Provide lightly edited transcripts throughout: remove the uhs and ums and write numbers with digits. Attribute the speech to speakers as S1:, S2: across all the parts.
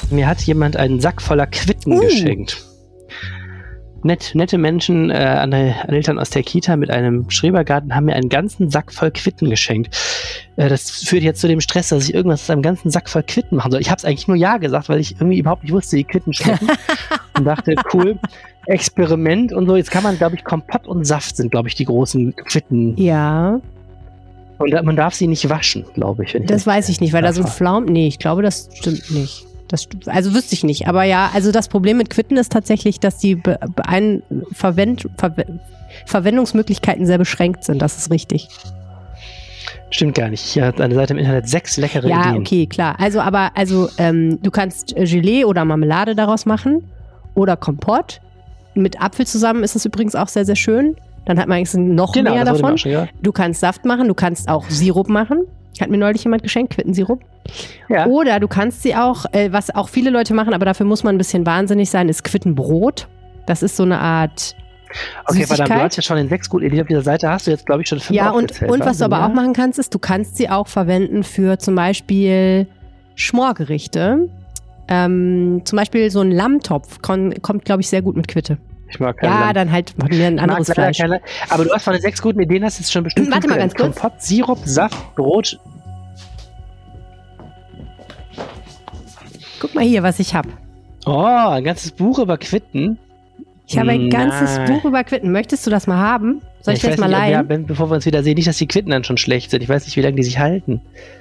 S1: Mir hat jemand einen Sack voller Quitten geschenkt. Nette Menschen an Eltern aus der Kita mit einem Schrebergarten haben mir einen ganzen Sack voll Quitten geschenkt. Das führt jetzt zu dem Stress, dass ich irgendwas aus einem ganzen Sack voll Quitten machen soll. Ich habe es eigentlich nur ja gesagt, weil ich irgendwie überhaupt nicht wusste, wie Quitten schmecken. Und dachte, cool, Experiment und so. Jetzt kann man, glaube ich, Kompott und Saft sind, glaube ich, die großen Quitten.
S2: Ja.
S1: Und man darf sie nicht waschen, glaube ich.
S2: Das weiß ich nicht, weil da so ein Pflaum... Nee, ich glaube, das stimmt nicht. Also wüsste ich nicht. Aber ja, also das Problem mit Quitten ist tatsächlich, dass die Verwendungsmöglichkeiten sehr beschränkt sind. Das ist richtig.
S1: Stimmt gar nicht. Hier hat eine Seite im Internet 6 leckere Ideen.
S2: Ja, okay, klar. Also du kannst Gelee oder Marmelade daraus machen oder Kompott. Mit Apfel zusammen ist es übrigens auch sehr, sehr schön. Dann hat man eigentlich noch mehr davon. Du kannst Saft machen, du kannst auch Sirup machen. Hat mir neulich jemand geschenkt, Quittensirup. Ja. Oder du kannst sie auch, was auch viele Leute machen, aber dafür muss man ein bisschen wahnsinnig sein, ist Quittenbrot. Das ist so eine Art Süßigkeit.
S1: Okay, du hast ja schon den 6 guten Ideen auf dieser Seite, hast du jetzt, glaube ich, schon 5 aufgezählt.
S2: Und was du aber auch machen kannst, ist, du kannst sie auch verwenden für zum Beispiel Schmorgerichte. Zum Beispiel so ein Lammtopf kommt, glaube ich, sehr gut mit Quitte.
S1: Ich mag keinen Lamm.
S2: Dann halt mir ein anderes Fleisch.
S1: Aber du hast von den 6 guten Ideen, hast jetzt schon bestimmt.
S2: Warte mal ganz kurz.
S1: Kompott, Sirup, Saft, Brot.
S2: Guck mal hier, was ich habe.
S1: Oh, ein ganzes Buch über Quitten.
S2: Ich habe ein ganzes Buch über Quitten. Möchtest du das mal haben? Soll ich das mal leihen?
S1: Ja, bevor wir uns wieder sehen, nicht, dass die Quitten dann schon schlecht sind. Ich weiß nicht, wie lange die sich halten.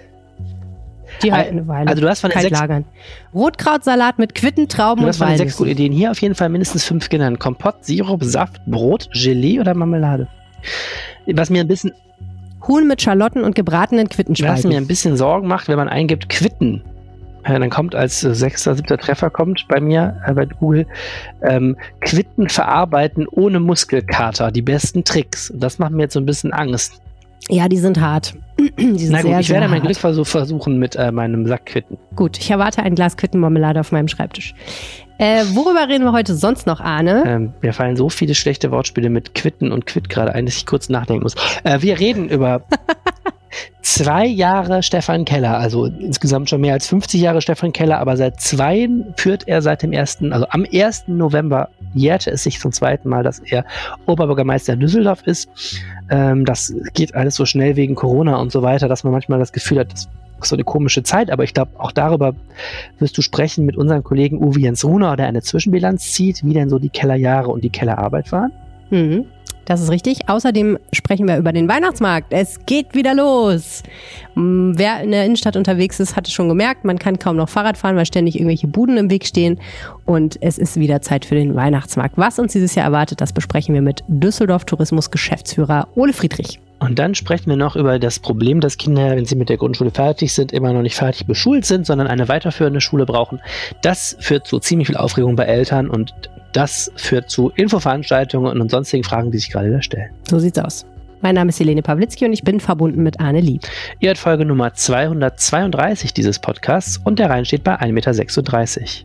S2: Die halten eine Weile.
S1: Also du hast von den 6
S2: lagern. Rotkrautsalat mit Quitten, Trauben und Walnüssen. Du hast von den 6 guten Ideen hier auf jeden Fall mindestens 5 genannt. Kompott, Sirup, Saft, Brot, Gelee oder Marmelade. Was mir ein bisschen... Huhn mit Schalotten und gebratenen Quittenspalten.
S1: Was mir ein bisschen Sorgen macht, wenn man eingibt Quitten. Dann kommt als 6., 7. Treffer kommt bei mir bei Google Quitten verarbeiten ohne Muskelkater. Die besten Tricks. Und das macht mir jetzt so ein bisschen Angst.
S2: Ja, die sind hart. Die sind
S1: ich werde mein Glück versuchen mit meinem Sack Quitten.
S2: Gut, ich erwarte ein Glas Quittenmarmelade auf meinem Schreibtisch. Worüber reden wir heute sonst noch, Arne?
S1: Mir fallen so viele schlechte Wortspiele mit Quitten und Quitt gerade ein, dass ich kurz nachdenken muss. Wir reden über 2 Jahre Stefan Keller, also insgesamt schon mehr als 50 Jahre Stefan Keller, aber seit 2 führt er seit dem 1., also am 1. November jährte es sich zum 2. Mal, dass er Oberbürgermeister in Düsseldorf ist. Das geht alles so schnell wegen Corona und so weiter, dass man manchmal das Gefühl hat, das ist so eine komische Zeit, aber ich glaube, auch darüber wirst du sprechen mit unserem Kollegen Uwe Jens Runer, der eine Zwischenbilanz zieht, wie denn so die Kellerjahre und die Kellerarbeit waren.
S2: Mhm. Das ist richtig. Außerdem sprechen wir über den Weihnachtsmarkt. Es geht wieder los. Wer in der Innenstadt unterwegs ist, hat es schon gemerkt, man kann kaum noch Fahrrad fahren, weil ständig irgendwelche Buden im Weg stehen. Und es ist wieder Zeit für den Weihnachtsmarkt. Was uns dieses Jahr erwartet, das besprechen wir mit Düsseldorf Tourismus-Geschäftsführer Ole Friedrich.
S1: Und dann sprechen wir noch über das Problem, dass Kinder, wenn sie mit der Grundschule fertig sind, immer noch nicht fertig beschult sind, sondern eine weiterführende Schule brauchen. Das führt zu ziemlich viel Aufregung bei Eltern und das führt zu Infoveranstaltungen und sonstigen Fragen, die sich gerade wieder stellen.
S2: So sieht's aus. Mein Name ist Helene Pawlitzki und ich bin verbunden mit Arne Lieb.
S1: Ihr hört Folge Nummer 232 dieses Podcasts und der Rhein steht bei 1,36 Meter.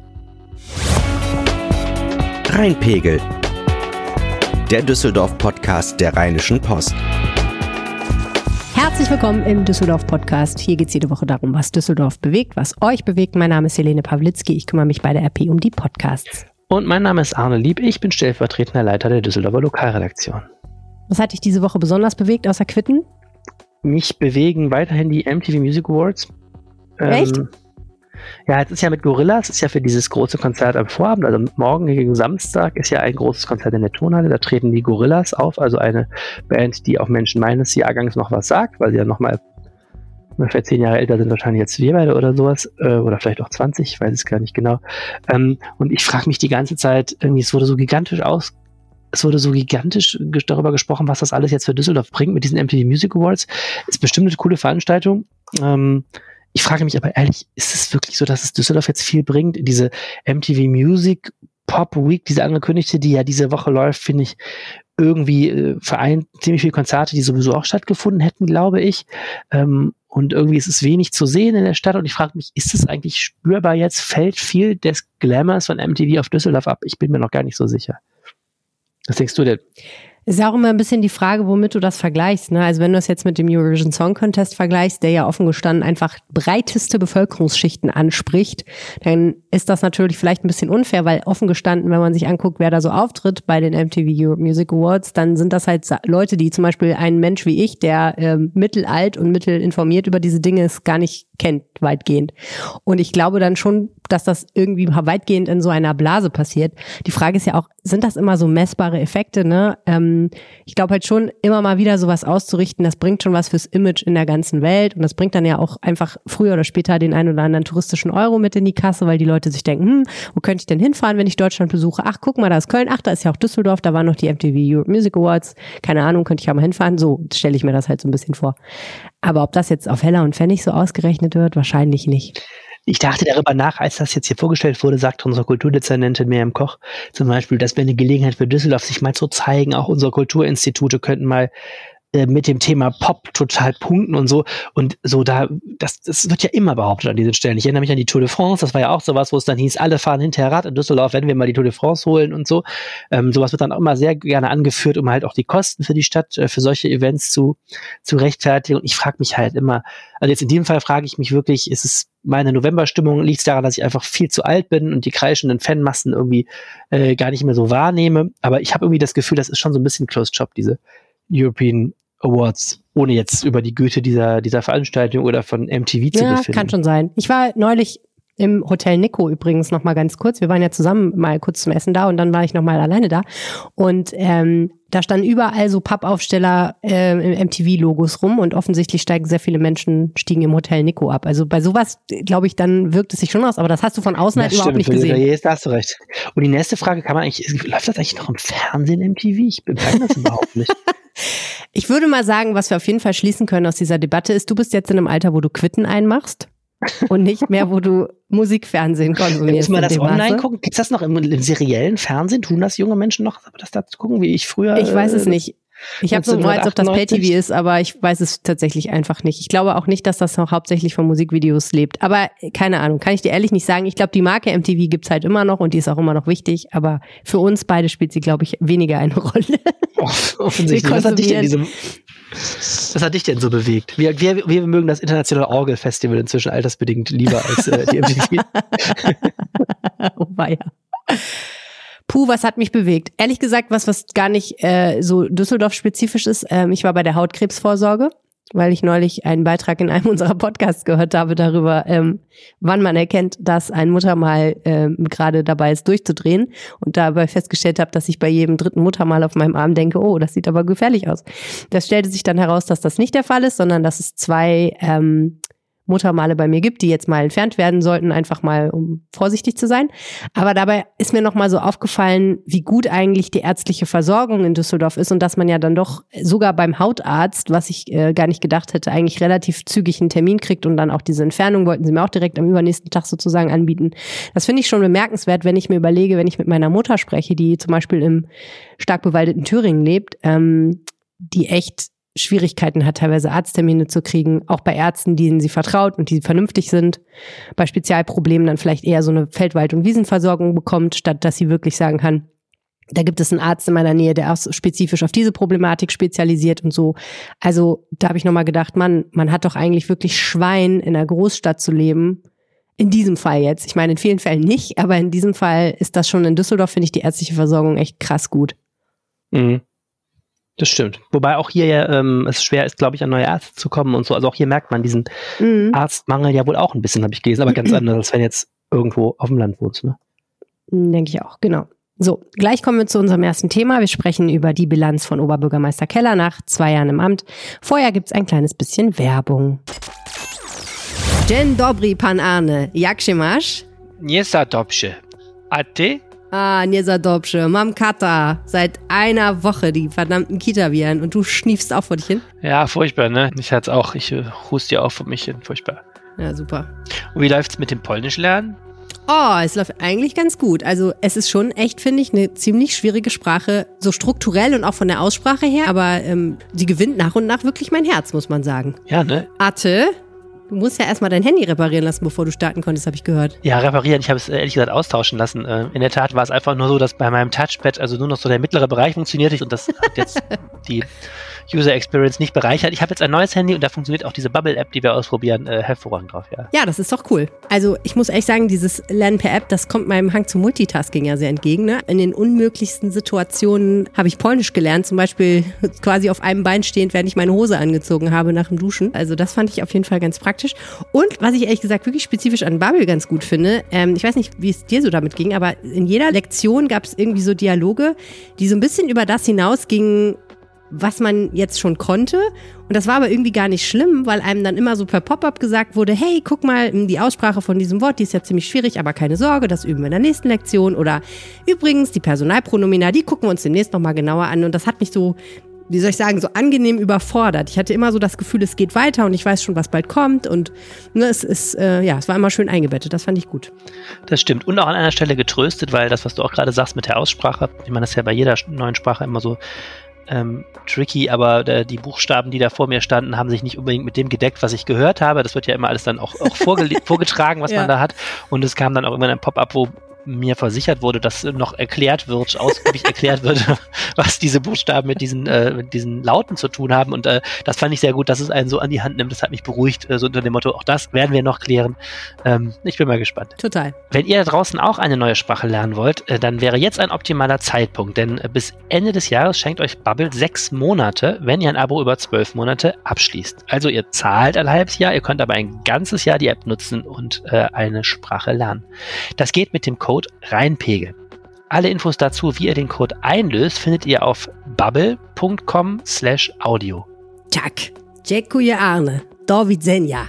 S3: Rheinpegel. Der Düsseldorf-Podcast der Rheinischen Post.
S2: Herzlich willkommen im Düsseldorf-Podcast. Hier geht es jede Woche darum, was Düsseldorf bewegt, was euch bewegt. Mein Name ist Helene Pawlitzki. Ich kümmere mich bei der RP um die Podcasts.
S1: Und mein Name ist Arne Lieb. Ich bin stellvertretender Leiter der Düsseldorfer Lokalredaktion.
S2: Was hat dich diese Woche besonders bewegt, außer Quitten?
S1: Mich bewegen weiterhin die MTV Music Awards.
S2: Echt?
S1: Ja, jetzt ist ja mit Gorillas, ist ja für dieses große Konzert am Vorabend, also morgen gegen Samstag ist ja ein großes Konzert in der Turnhalle, da treten die Gorillas auf, also eine Band, die auch Menschen meines Jahrgangs noch was sagt, weil sie ja nochmal ungefähr 10 Jahre älter sind, wahrscheinlich jetzt wir beide oder sowas, oder vielleicht auch 20, ich weiß es gar nicht genau. Und ich frage mich die ganze Zeit, irgendwie, es wurde so gigantisch darüber gesprochen, was das alles jetzt für Düsseldorf bringt mit diesen MTV Music Awards. Ist bestimmt eine coole Veranstaltung. Ich frage mich aber ehrlich, ist es wirklich so, dass es Düsseldorf jetzt viel bringt? Diese MTV Music Pop Week, diese angekündigte, die ja diese Woche läuft, finde ich irgendwie vereint ziemlich viele Konzerte, die sowieso auch stattgefunden hätten, glaube ich. Und irgendwie ist es wenig zu sehen in der Stadt und ich frage mich, ist es eigentlich spürbar jetzt? Fällt viel des Glamours von MTV auf Düsseldorf ab? Ich bin mir noch gar nicht so sicher. Was denkst du denn?
S2: Ist ja auch immer ein bisschen die Frage, womit du das vergleichst. Ne? Also wenn du das jetzt mit dem Eurovision Song Contest vergleichst, der ja offen gestanden einfach breiteste Bevölkerungsschichten anspricht, dann ist das natürlich vielleicht ein bisschen unfair, weil offen gestanden, wenn man sich anguckt, wer da so auftritt bei den MTV Europe Music Awards, dann sind das halt Leute, die zum Beispiel ein Mensch wie ich, der mittelalt und mittelinformiert über diese Dinge ist, gar nicht kennt, weitgehend. Und ich glaube dann schon, dass das irgendwie weitgehend in so einer Blase passiert. Die Frage ist ja auch, sind das immer so messbare Effekte, ne? Ich glaube halt schon, immer mal wieder sowas auszurichten, das bringt schon was fürs Image in der ganzen Welt und das bringt dann ja auch einfach früher oder später den einen oder anderen touristischen Euro mit in die Kasse, weil die Leute sich denken, wo könnte ich denn hinfahren, wenn ich Deutschland besuche? Ach, guck mal, da ist Köln, ach, da ist ja auch Düsseldorf, da waren noch die MTV Europe Music Awards, keine Ahnung, könnte ich ja mal hinfahren. So stelle ich mir das halt so ein bisschen vor. Aber ob das jetzt auf Heller und Pfennig so ausgerechnet wird, wahrscheinlich nicht.
S1: Ich dachte darüber nach, als das jetzt hier vorgestellt wurde, sagt unsere Kulturdezernentin Miriam Koch zum Beispiel, das wäre eine Gelegenheit für Düsseldorf, sich mal zu zeigen. Auch unsere Kulturinstitute könnten mal mit dem Thema Pop total punkten und so. Und so das wird ja immer behauptet an diesen Stellen. Ich erinnere mich an die Tour de France, das war ja auch sowas, wo es dann hieß, alle fahren hinterher Rad in Düsseldorf, wenn wir mal die Tour de France holen und so. Sowas wird dann auch immer sehr gerne angeführt, um halt auch die Kosten für die Stadt, für solche Events zu rechtfertigen. Und ich frage mich halt immer, also jetzt in dem Fall frage ich mich wirklich, ist es meine Novemberstimmung, liegt es daran, dass ich einfach viel zu alt bin und die kreischenden Fanmassen irgendwie gar nicht mehr so wahrnehme. Aber ich habe irgendwie das Gefühl, das ist schon so ein bisschen Closed Shop, diese European Awards, ohne jetzt über die Güte dieser Veranstaltung oder von MTV zu befinden.
S2: Ja, kann schon sein. Ich war neulich im Hotel Nico übrigens noch mal ganz kurz. Wir waren ja zusammen mal kurz zum Essen da und dann war ich noch mal alleine da. Und da standen überall so Pappaufsteller MTV-Logos rum und offensichtlich stiegen im Hotel Nico ab. Also bei sowas, glaube ich, dann wirkt es sich schon aus, aber das hast du von außen halt überhaupt nicht gesehen.
S1: Jetzt hast du recht. Und die nächste Frage, läuft das eigentlich noch im Fernsehen MTV? Ich begreife das überhaupt nicht.
S2: Ich würde mal sagen, was wir auf jeden Fall schließen können aus dieser Debatte ist, du bist jetzt in einem Alter, wo du Quitten einmachst und nicht mehr, wo du Musikfernsehen konsumierst.
S1: Muss man das online gucken? Gibt es das noch im seriellen Fernsehen? Tun das junge Menschen noch, das da zu gucken, wie ich früher?
S2: Ich weiß es nicht. Ich habe so als ob das Pay-TV ist, aber ich weiß es tatsächlich einfach nicht. Ich glaube auch nicht, dass das noch hauptsächlich von Musikvideos lebt. Aber keine Ahnung, kann ich dir ehrlich nicht sagen. Ich glaube, die Marke MTV gibt's halt immer noch und die ist auch immer noch wichtig. Aber für uns beide spielt sie, glaube ich, weniger eine Rolle.
S1: Offensichtlich. Was hat dich denn so bewegt? Wir mögen das internationale Orgelfestival inzwischen altersbedingt lieber als die MTV.
S2: Oh weia. Puh, was hat mich bewegt? Ehrlich gesagt, was gar nicht so Düsseldorf-spezifisch ist. Ich war bei der Hautkrebsvorsorge, weil ich neulich einen Beitrag in einem unserer Podcasts gehört habe darüber, wann man erkennt, dass ein Muttermal gerade dabei ist, durchzudrehen. Und dabei festgestellt habe, dass ich bei jedem dritten Muttermal auf meinem Arm denke, oh, das sieht aber gefährlich aus. Das stellte sich dann heraus, dass das nicht der Fall ist, sondern dass es 2 Muttermale bei mir gibt, die jetzt mal entfernt werden sollten, einfach mal, um vorsichtig zu sein. Aber dabei ist mir noch mal so aufgefallen, wie gut eigentlich die ärztliche Versorgung in Düsseldorf ist und dass man ja dann doch sogar beim Hautarzt, was ich gar nicht gedacht hätte, eigentlich relativ zügig einen Termin kriegt und dann auch diese Entfernung wollten sie mir auch direkt am übernächsten Tag sozusagen anbieten. Das finde ich schon bemerkenswert, wenn ich mir überlege, wenn ich mit meiner Mutter spreche, die zum Beispiel im stark bewaldeten Thüringen lebt, die echt Schwierigkeiten hat, teilweise Arzttermine zu kriegen, auch bei Ärzten, denen sie vertraut und die vernünftig sind. Bei Spezialproblemen dann vielleicht eher so eine Feldwald- und Wiesenversorgung bekommt, statt dass sie wirklich sagen kann, da gibt es einen Arzt in meiner Nähe, der auch spezifisch auf diese Problematik spezialisiert und so. Also da habe ich nochmal gedacht, man hat doch eigentlich wirklich Schwein, in einer Großstadt zu leben. In diesem Fall jetzt. Ich meine, in vielen Fällen nicht, aber in diesem Fall ist das schon in Düsseldorf, finde ich, die ärztliche Versorgung echt krass gut.
S1: Mhm. Das stimmt. Wobei auch hier ja es schwer ist, glaube ich, an neue Ärzte zu kommen und so. Also auch hier merkt man diesen Arztmangel ja wohl auch ein bisschen, habe ich gelesen, aber ganz anders, als wenn jetzt irgendwo auf dem Land wohnst, ne?
S2: Denke ich auch, genau. So, gleich kommen wir zu unserem ersten Thema. Wir sprechen über die Bilanz von Oberbürgermeister Keller nach 2 Jahren im Amt. Vorher gibt's ein kleines bisschen Werbung. Dzień dobry, pan Arne. Jak się masz?
S4: Nie za dobrze. A ty?
S2: Nie za dobrze. Mam Kater. Seit einer Woche die verdammten Kita-Viren und du schniefst auch vor dich hin?
S4: Ja, furchtbar, ne? Ich hatte auch. Ich huste ja auch vor mich hin. Furchtbar.
S2: Ja, super.
S4: Und wie läuft's mit dem Polnisch lernen?
S2: Oh, es läuft eigentlich ganz gut. Also es ist schon echt, finde ich, eine ziemlich schwierige Sprache, so strukturell und auch von der Aussprache her. Aber sie gewinnt nach und nach wirklich mein Herz, muss man sagen.
S4: Ja, ne?
S2: Ate, Du musst ja erstmal dein Handy reparieren lassen, bevor du starten konntest, habe ich gehört.
S1: Ja, reparieren. Ich habe es ehrlich gesagt austauschen lassen. In der Tat war es einfach nur so, dass bei meinem Touchpad also nur noch so der mittlere Bereich funktioniert und das hat jetzt die User Experience nicht bereichert. Ich habe jetzt ein neues Handy und da funktioniert auch diese Bubble-App, die wir ausprobieren, hervorragend drauf.
S2: Ja, das ist doch cool. Also ich muss echt sagen, dieses Lernen per App, das kommt meinem Hang zum Multitasking ja sehr entgegen. Ne? In den unmöglichsten Situationen habe ich Polnisch gelernt, zum Beispiel quasi auf einem Bein stehend, während ich meine Hose angezogen habe nach dem Duschen. Also das fand ich auf jeden Fall ganz praktisch. Und was ich ehrlich gesagt wirklich spezifisch an Bubble ganz gut finde, ich weiß nicht, wie es dir so damit ging, aber in jeder Lektion gab es irgendwie so Dialoge, die so ein bisschen über das hinausgingen, was man jetzt schon konnte. Und das war aber irgendwie gar nicht schlimm, weil einem dann immer so per Pop-up gesagt wurde, hey, guck mal, die Aussprache von diesem Wort, die ist ja ziemlich schwierig, aber keine Sorge, das üben wir in der nächsten Lektion. Oder übrigens, die Personalpronomina, die gucken wir uns demnächst nochmal genauer an. Und das hat mich so, wie soll ich sagen, so angenehm überfordert. Ich hatte immer so das Gefühl, es geht weiter und ich weiß schon, was bald kommt. Und ne, es war immer schön eingebettet. Das fand ich gut.
S1: Das stimmt. Und auch an einer Stelle getröstet, weil das, was du auch gerade sagst mit der Aussprache, ich meine, das ist ja bei jeder neuen Sprache immer so tricky, aber die Buchstaben, die da vor mir standen, haben sich nicht unbedingt mit dem gedeckt, was ich gehört habe. Das wird ja immer alles dann auch vorgetragen, was man da hat. Und es kam dann auch immer ein Pop-up, wo mir versichert wurde, dass noch ausgiebig erklärt wird, was diese Buchstaben mit diesen Lauten zu tun haben. Und das fand ich sehr gut, dass es einen so an die Hand nimmt. Das hat mich beruhigt, so unter dem Motto, auch das werden wir noch klären. Ich bin mal gespannt.
S2: Total.
S1: Wenn ihr da draußen auch eine neue Sprache lernen wollt, dann wäre jetzt ein optimaler Zeitpunkt, denn bis Ende des Jahres schenkt euch Bubble 6 Monate, wenn ihr ein Abo über 12 Monate abschließt. Also ihr zahlt ein halbes Jahr, ihr könnt aber ein ganzes Jahr die App nutzen und eine Sprache lernen. Das geht mit dem Code REINPEGEL. Alle Infos dazu, wie ihr den Code einlöst, findet ihr auf bubble.com/audio.
S2: Tak, dziękuję Arne, do widzenia.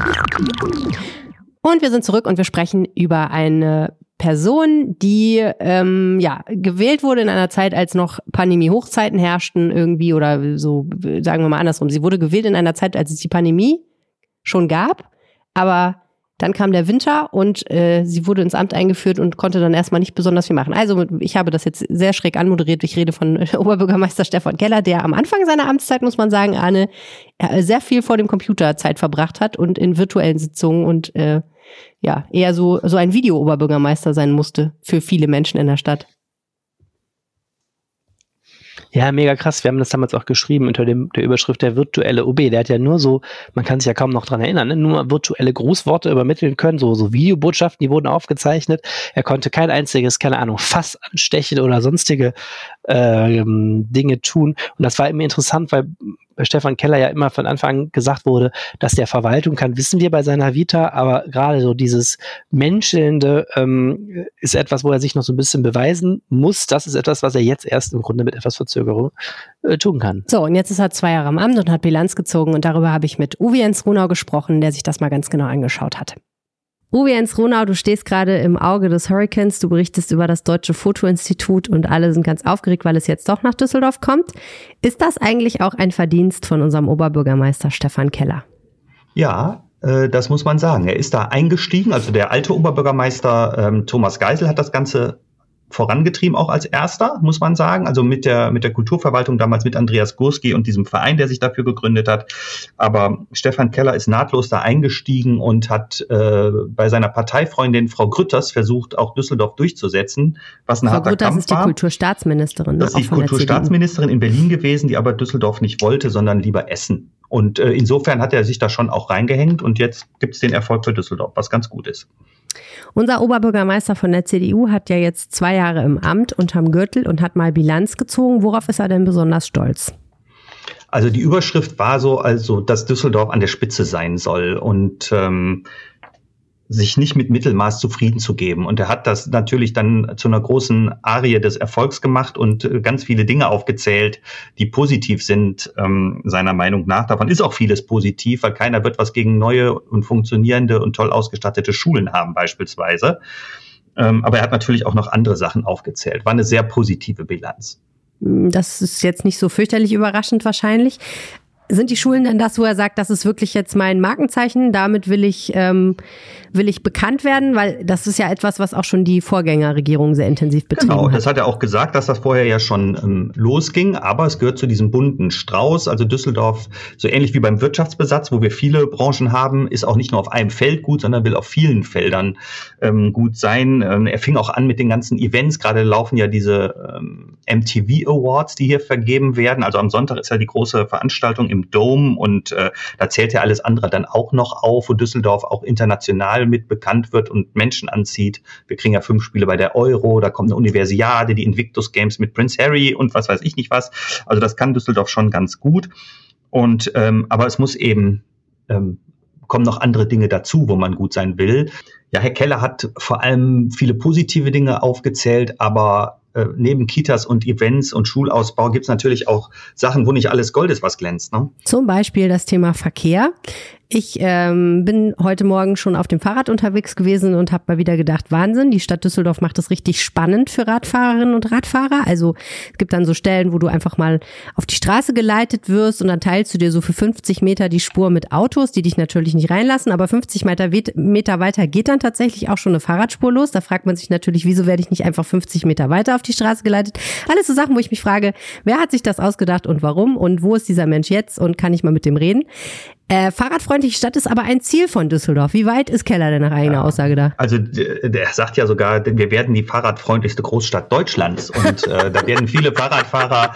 S2: Und wir sind zurück und wir sprechen über eine Person, die gewählt wurde in einer Zeit, als noch Pandemie-Hochzeiten herrschten irgendwie oder so, sagen wir mal andersrum. Sie wurde gewählt in einer Zeit, als es die Pandemie schon gab, aber dann kam der Winter und sie wurde ins Amt eingeführt und konnte dann erstmal nicht besonders viel machen. Also ich habe das jetzt sehr schräg anmoderiert. Ich rede von Oberbürgermeister Stefan Keller, der am Anfang seiner Amtszeit, muss man sagen, Arne, sehr viel vor dem Computer Zeit verbracht hat und in virtuellen Sitzungen und eher so ein Video-Oberbürgermeister sein musste für viele Menschen in der Stadt.
S1: Ja, mega krass. Wir haben das damals auch geschrieben unter der Überschrift der virtuelle OB. Der hat ja nur so, man kann sich ja kaum noch dran erinnern, ne? Nur virtuelle Grußworte übermitteln können, so Videobotschaften, die wurden aufgezeichnet. Er konnte kein einziges, keine Ahnung, Fass anstechen oder sonstige Dinge tun. Und das war immer interessant, weil bei Stefan Keller ja immer von Anfang an gesagt wurde, dass der Verwaltung kann, wissen wir bei seiner Vita, aber gerade so dieses Menschelnde ist etwas, wo er sich noch so ein bisschen beweisen muss. Das ist etwas, was er jetzt erst im Grunde mit etwas Verzögerung tun kann.
S2: So, und jetzt ist er 2 Jahre am Amt und hat Bilanz gezogen und darüber habe ich mit Uwe Jens Runau gesprochen, der sich das mal ganz genau angeschaut hat. Uwe Jens Runau, du stehst gerade im Auge des Hurrikans, du berichtest über das Deutsche Fotoinstitut und alle sind ganz aufgeregt, weil es jetzt doch nach Düsseldorf kommt. Ist das eigentlich auch ein Verdienst von unserem Oberbürgermeister Stefan Keller?
S5: Ja, das muss man sagen. Er ist da eingestiegen, also der alte Oberbürgermeister Thomas Geisel hat das Ganze vorangetrieben, auch als erster, muss man sagen, also mit der Kulturverwaltung damals mit Andreas Gurski und diesem Verein, der sich dafür gegründet hat. Aber Stefan Keller ist nahtlos da eingestiegen und hat bei seiner Parteifreundin Frau Grütters versucht, auch Düsseldorf durchzusetzen, was ein harter Kampf war. Frau Grütters ist die
S2: Kulturstaatsministerin.
S5: Das ist die Kulturstaatsministerin in Berlin gewesen, die aber Düsseldorf nicht wollte, sondern lieber Essen. Und insofern hat er sich da schon auch reingehängt und jetzt gibt es den Erfolg für Düsseldorf, was ganz gut ist.
S2: Unser Oberbürgermeister von der CDU hat ja jetzt 2 Jahre im Amt unterm Gürtel und hat mal Bilanz gezogen. Worauf ist er denn besonders stolz?
S5: Also die Überschrift war so, dass Düsseldorf an der Spitze sein soll und sich nicht mit Mittelmaß zufrieden zu geben. Und er hat das natürlich dann zu einer großen Arie des Erfolgs gemacht und ganz viele Dinge aufgezählt, die positiv sind, seiner Meinung nach. Davon ist auch vieles positiv, weil keiner wird was gegen neue und funktionierende und toll ausgestattete Schulen haben beispielsweise. Aber er hat natürlich auch noch andere Sachen aufgezählt. War eine sehr positive Bilanz.
S2: Das ist jetzt nicht so fürchterlich überraschend wahrscheinlich. sind die Schulen denn das, wo er sagt, das ist wirklich jetzt mein Markenzeichen, damit will ich bekannt werden? Weil das ist ja etwas, was auch schon die Vorgängerregierung sehr intensiv betrieben hat.
S5: Genau, das hat er auch gesagt, dass das vorher ja schon losging, aber es gehört zu diesem bunten Strauß. Also Düsseldorf, so ähnlich wie beim Wirtschaftsbesatz, wo wir viele Branchen haben, ist auch nicht nur auf einem Feld gut, sondern will auf vielen Feldern gut sein. Er fing auch an mit den ganzen Events. Gerade laufen ja diese MTV Awards, die hier vergeben werden. Also am Sonntag ist ja die große Veranstaltung im Dome und da zählt ja alles andere dann auch noch auf, wo Düsseldorf auch international mit bekannt wird und Menschen anzieht. Wir kriegen ja 5 Spiele bei der Euro, da kommt eine Universiade, die Invictus Games mit Prince Harry und was weiß ich nicht was. Also das kann Düsseldorf schon ganz gut. Und aber es muss eben kommen noch andere Dinge dazu, wo man gut sein will. Ja, Herr Keller hat vor allem viele positive Dinge aufgezählt, aber neben Kitas und Events und Schulausbau gibt es natürlich auch Sachen, wo nicht alles Gold ist, was glänzt. Ne?
S2: Zum Beispiel das Thema Verkehr. Ich bin heute Morgen schon auf dem Fahrrad unterwegs gewesen und habe mal wieder gedacht, Wahnsinn, die Stadt Düsseldorf macht es richtig spannend für Radfahrerinnen und Radfahrer. Also es gibt dann so Stellen, wo du einfach mal auf die Straße geleitet wirst und dann teilst du dir so für 50 Meter die Spur mit Autos, die dich natürlich nicht reinlassen, aber 50 Meter weiter geht dann tatsächlich auch schon eine Fahrradspur los. Da fragt man sich natürlich, wieso werde ich nicht einfach 50 Meter weiter auf die Straße geleitet? Alles so Sachen, wo ich mich frage, wer hat sich das ausgedacht und warum und wo ist dieser Mensch jetzt und kann ich mal mit dem reden? Fahrradfreundliche Stadt ist aber ein Ziel von Düsseldorf. Wie weit ist Keller denn nach eigener Aussage da?
S5: Also der sagt ja sogar, wir werden die fahrradfreundlichste Großstadt Deutschlands. Und da werden viele Fahrradfahrer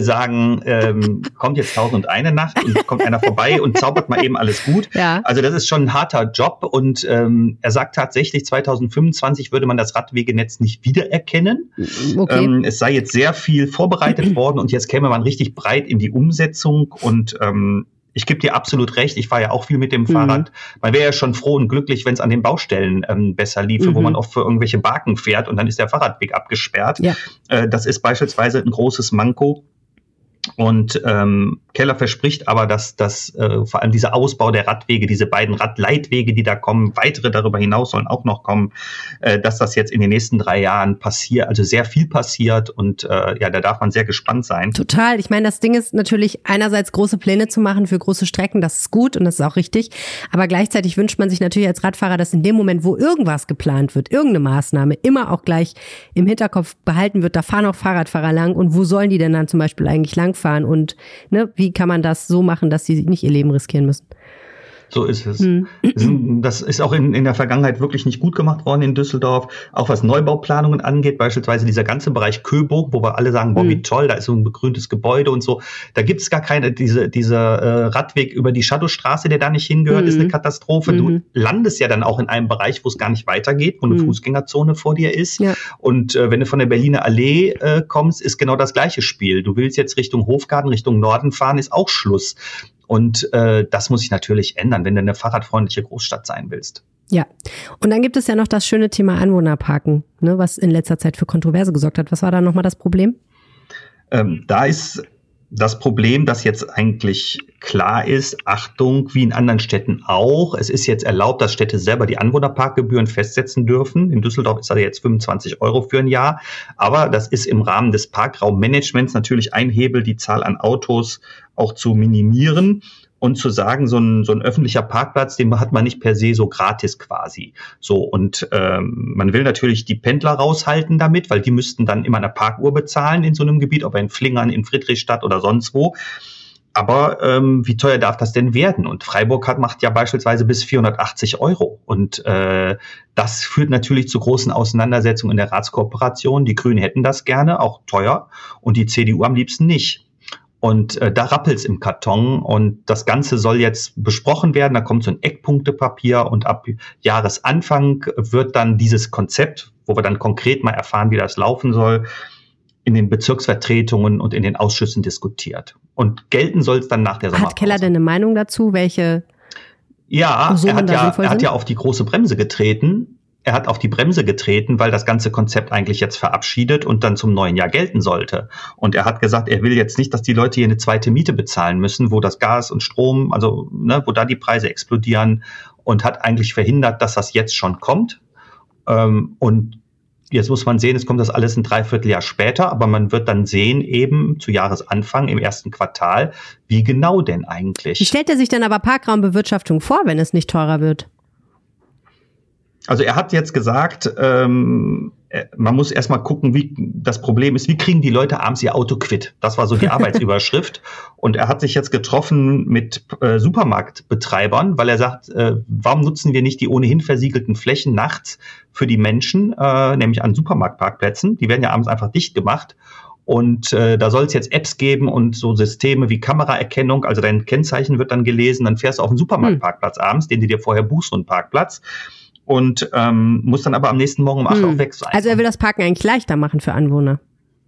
S5: sagen, kommt jetzt 1001 Nacht und kommt einer vorbei und zaubert mal eben alles gut. Ja. Also das ist schon ein harter Job. Und er sagt tatsächlich, 2025 würde man das Radwegenetz nicht wiedererkennen. Okay. Es sei jetzt sehr viel vorbereitet worden und jetzt käme man richtig breit in die Umsetzung und ich gebe dir absolut recht, ich fahre ja auch viel mit dem Fahrrad. Man wäre ja schon froh und glücklich, wenn es an den Baustellen besser liefe, wo man oft für irgendwelche Barken fährt und dann ist der Fahrradweg abgesperrt. Ja. Das ist beispielsweise ein großes Manko. Und Keller verspricht aber, dass vor allem dieser Ausbau der Radwege, diese beiden Radleitwege, die da kommen, weitere darüber hinaus sollen auch noch kommen, dass das jetzt in den nächsten 3 Jahren passiert, also sehr viel passiert und ja, da darf man sehr gespannt sein.
S2: Total. Ich meine, das Ding ist natürlich einerseits große Pläne zu machen für große Strecken, das ist gut und das ist auch richtig, aber gleichzeitig wünscht man sich natürlich als Radfahrer, dass in dem Moment, wo irgendwas geplant wird, irgendeine Maßnahme, immer auch gleich im Hinterkopf behalten wird, da fahren auch Fahrradfahrer lang und wo sollen die denn dann zum Beispiel eigentlich langfahren und ne, wie kann man das so machen, dass sie nicht ihr Leben riskieren müssen?
S5: So ist es. Das ist auch in der Vergangenheit wirklich nicht gut gemacht worden in Düsseldorf. Auch was Neubauplanungen angeht, beispielsweise dieser ganze Bereich Köburg, wo wir alle sagen, boah, wie toll, da ist so ein begrüntes Gebäude und so. Da gibt es gar keine, dieser Radweg über die Shadowstraße, der da nicht hingehört, ist eine Katastrophe. Du landest ja dann auch in einem Bereich, wo es gar nicht weitergeht, wo eine Fußgängerzone vor dir ist. Ja. Und wenn du von der Berliner Allee kommst, ist genau das gleiche Spiel. Du willst jetzt Richtung Hofgarten, Richtung Norden fahren, ist auch Schluss. Und das muss sich natürlich ändern, wenn du eine fahrradfreundliche Großstadt sein willst.
S2: Ja, und dann gibt es ja noch das schöne Thema Anwohnerparken, ne, was in letzter Zeit für Kontroverse gesorgt hat. Was war da nochmal das Problem?
S5: Da ist das Problem, das jetzt eigentlich klar ist, Achtung, wie in anderen Städten auch, es ist jetzt erlaubt, dass Städte selber die Anwohnerparkgebühren festsetzen dürfen. In Düsseldorf ist das jetzt 25 € für ein Jahr, aber das ist im Rahmen des Parkraummanagements natürlich ein Hebel, die Zahl an Autos auch zu minimieren und zu sagen, so ein öffentlicher Parkplatz, den hat man nicht per se so gratis quasi. So, und man will natürlich die Pendler raushalten damit, weil die müssten dann immer eine Parkuhr bezahlen in so einem Gebiet, ob in Flingern, in Friedrichstadt oder sonst wo. Aber wie teuer darf das denn werden? Und Freiburg macht ja beispielsweise bis 480 €. Und das führt natürlich zu großen Auseinandersetzungen in der Ratskooperation. Die Grünen hätten das gerne, auch teuer, und die CDU am liebsten nicht. Und da rappelt's im Karton und das Ganze soll jetzt besprochen werden. Da kommt so ein Eckpunktepapier und ab Jahresanfang wird dann dieses Konzept, wo wir dann konkret mal erfahren, wie das laufen soll, in den Bezirksvertretungen und in den Ausschüssen diskutiert. Und gelten soll es dann nach der Sommerpause.
S2: Hat Keller denn eine Meinung dazu, welche?
S5: Ja, er hat ja auf die große Bremse getreten. Er hat auf die Bremse getreten, weil das ganze Konzept eigentlich jetzt verabschiedet und dann zum neuen Jahr gelten sollte. Und er hat gesagt, er will jetzt nicht, dass die Leute hier eine zweite Miete bezahlen müssen, wo das Gas und Strom, also wo da die Preise explodieren, und hat eigentlich verhindert, dass das jetzt schon kommt. Und Jetzt muss man sehen, es kommt das alles ein Dreivierteljahr später, aber man wird dann sehen, eben zu Jahresanfang im ersten Quartal, wie genau denn eigentlich.
S2: Wie stellt er sich denn aber Parkraumbewirtschaftung vor, wenn es nicht teurer wird?
S5: Also er hat jetzt gesagt, man muss erstmal gucken, wie das Problem ist, wie kriegen die Leute abends ihr Auto quitt? Das war so die Arbeitsüberschrift. Und er hat sich jetzt getroffen mit Supermarktbetreibern, weil er sagt, warum nutzen wir nicht die ohnehin versiegelten Flächen nachts für die Menschen, nämlich an Supermarktparkplätzen? Die werden ja abends einfach dicht gemacht. Und da soll es jetzt Apps geben und so Systeme wie Kameraerkennung, also dein Kennzeichen wird dann gelesen, dann fährst du auf einen Supermarktparkplatz abends, den du dir vorher buchst, so einen Parkplatz. Und muss dann aber am nächsten Morgen um 8 Uhr weg sein.
S2: Also er will das Parken eigentlich leichter machen für Anwohner.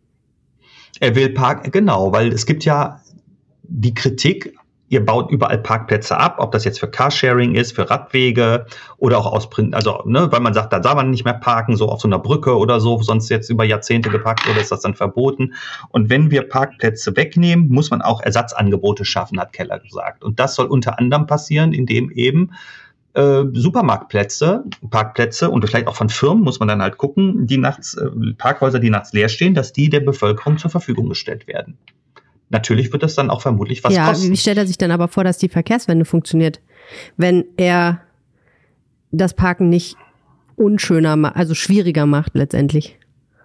S5: Er will Parken, genau, weil es gibt ja die Kritik, ihr baut überall Parkplätze ab, ob das jetzt für Carsharing ist, für Radwege oder auch aus Print, also weil man sagt, da darf man nicht mehr parken, so auf so einer Brücke oder so, wo sonst jetzt über Jahrzehnte geparkt wurde, ist das dann verboten. Und wenn wir Parkplätze wegnehmen, muss man auch Ersatzangebote schaffen, hat Keller gesagt. Und das soll unter anderem passieren, indem eben Supermarktplätze, Parkplätze und vielleicht auch von Firmen muss man dann halt gucken, die nachts, Parkhäuser, die nachts leer stehen, dass die der Bevölkerung zur Verfügung gestellt werden. Natürlich wird das dann auch vermutlich was kosten.
S2: Ja, wie stellt er sich dann aber vor, dass die Verkehrswende funktioniert, wenn er das Parken nicht unschöner, also schwieriger macht letztendlich?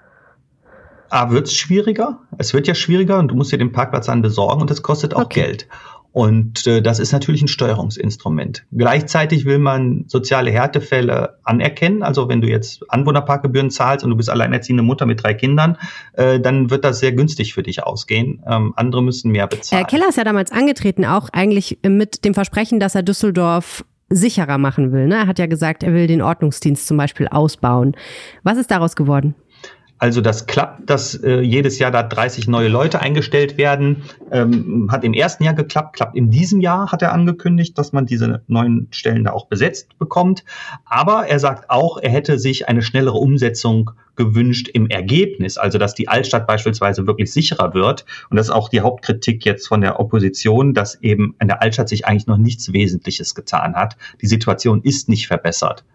S5: Wird es schwieriger? Es wird ja schwieriger und du musst dir den Parkplatz dann besorgen und das kostet auch Geld. Und das ist natürlich ein Steuerungsinstrument. Gleichzeitig will man soziale Härtefälle anerkennen. Also wenn du jetzt Anwohnerparkgebühren zahlst und du bist alleinerziehende Mutter mit 3 Kindern, dann wird das sehr günstig für dich ausgehen. Andere müssen mehr bezahlen.
S2: Keller ist ja damals angetreten, auch eigentlich mit dem Versprechen, dass er Düsseldorf sicherer machen will. Ne? Er hat ja gesagt, er will den Ordnungsdienst zum Beispiel ausbauen. Was ist daraus geworden?
S5: Also das klappt, dass jedes Jahr da 30 neue Leute eingestellt werden. Hat im ersten Jahr geklappt, klappt in diesem Jahr, hat er angekündigt, dass man diese neuen Stellen da auch besetzt bekommt. Aber er sagt auch, er hätte sich eine schnellere Umsetzung gewünscht im Ergebnis, also dass die Altstadt beispielsweise wirklich sicherer wird. Und das ist auch die Hauptkritik jetzt von der Opposition, dass eben an der Altstadt sich eigentlich noch nichts Wesentliches getan hat. Die Situation ist nicht verbessert.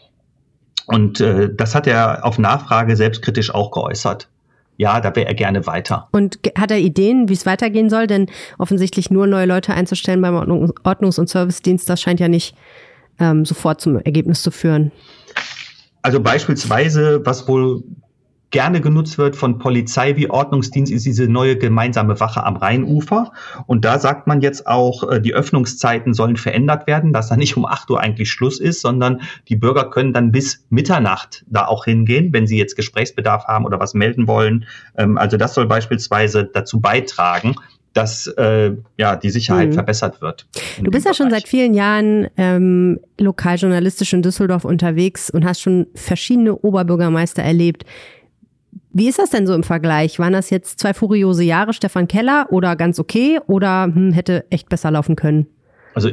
S5: Und das hat er auf Nachfrage selbstkritisch auch geäußert. Ja, da wäre er gerne weiter.
S2: Und hat er Ideen, wie es weitergehen soll? Denn offensichtlich nur neue Leute einzustellen beim Ordnungs- und Servicedienst, das scheint ja nicht sofort zum Ergebnis zu führen.
S5: Also beispielsweise, was wohl gerne genutzt wird von Polizei wie Ordnungsdienst, ist diese neue gemeinsame Wache am Rheinufer. Und da sagt man jetzt auch, die Öffnungszeiten sollen verändert werden, dass da nicht um 8 Uhr eigentlich Schluss ist, sondern die Bürger können dann bis Mitternacht da auch hingehen, wenn sie jetzt Gesprächsbedarf haben oder was melden wollen. Also das soll beispielsweise dazu beitragen, dass die Sicherheit verbessert wird.
S2: Du bist ja schon seit vielen Jahren lokaljournalistisch in Düsseldorf unterwegs und hast schon verschiedene Oberbürgermeister erlebt. Wie ist das denn so im Vergleich? Waren das jetzt 2 furiose Jahre, Stefan Keller, oder ganz okay oder hätte echt besser laufen können?
S5: Also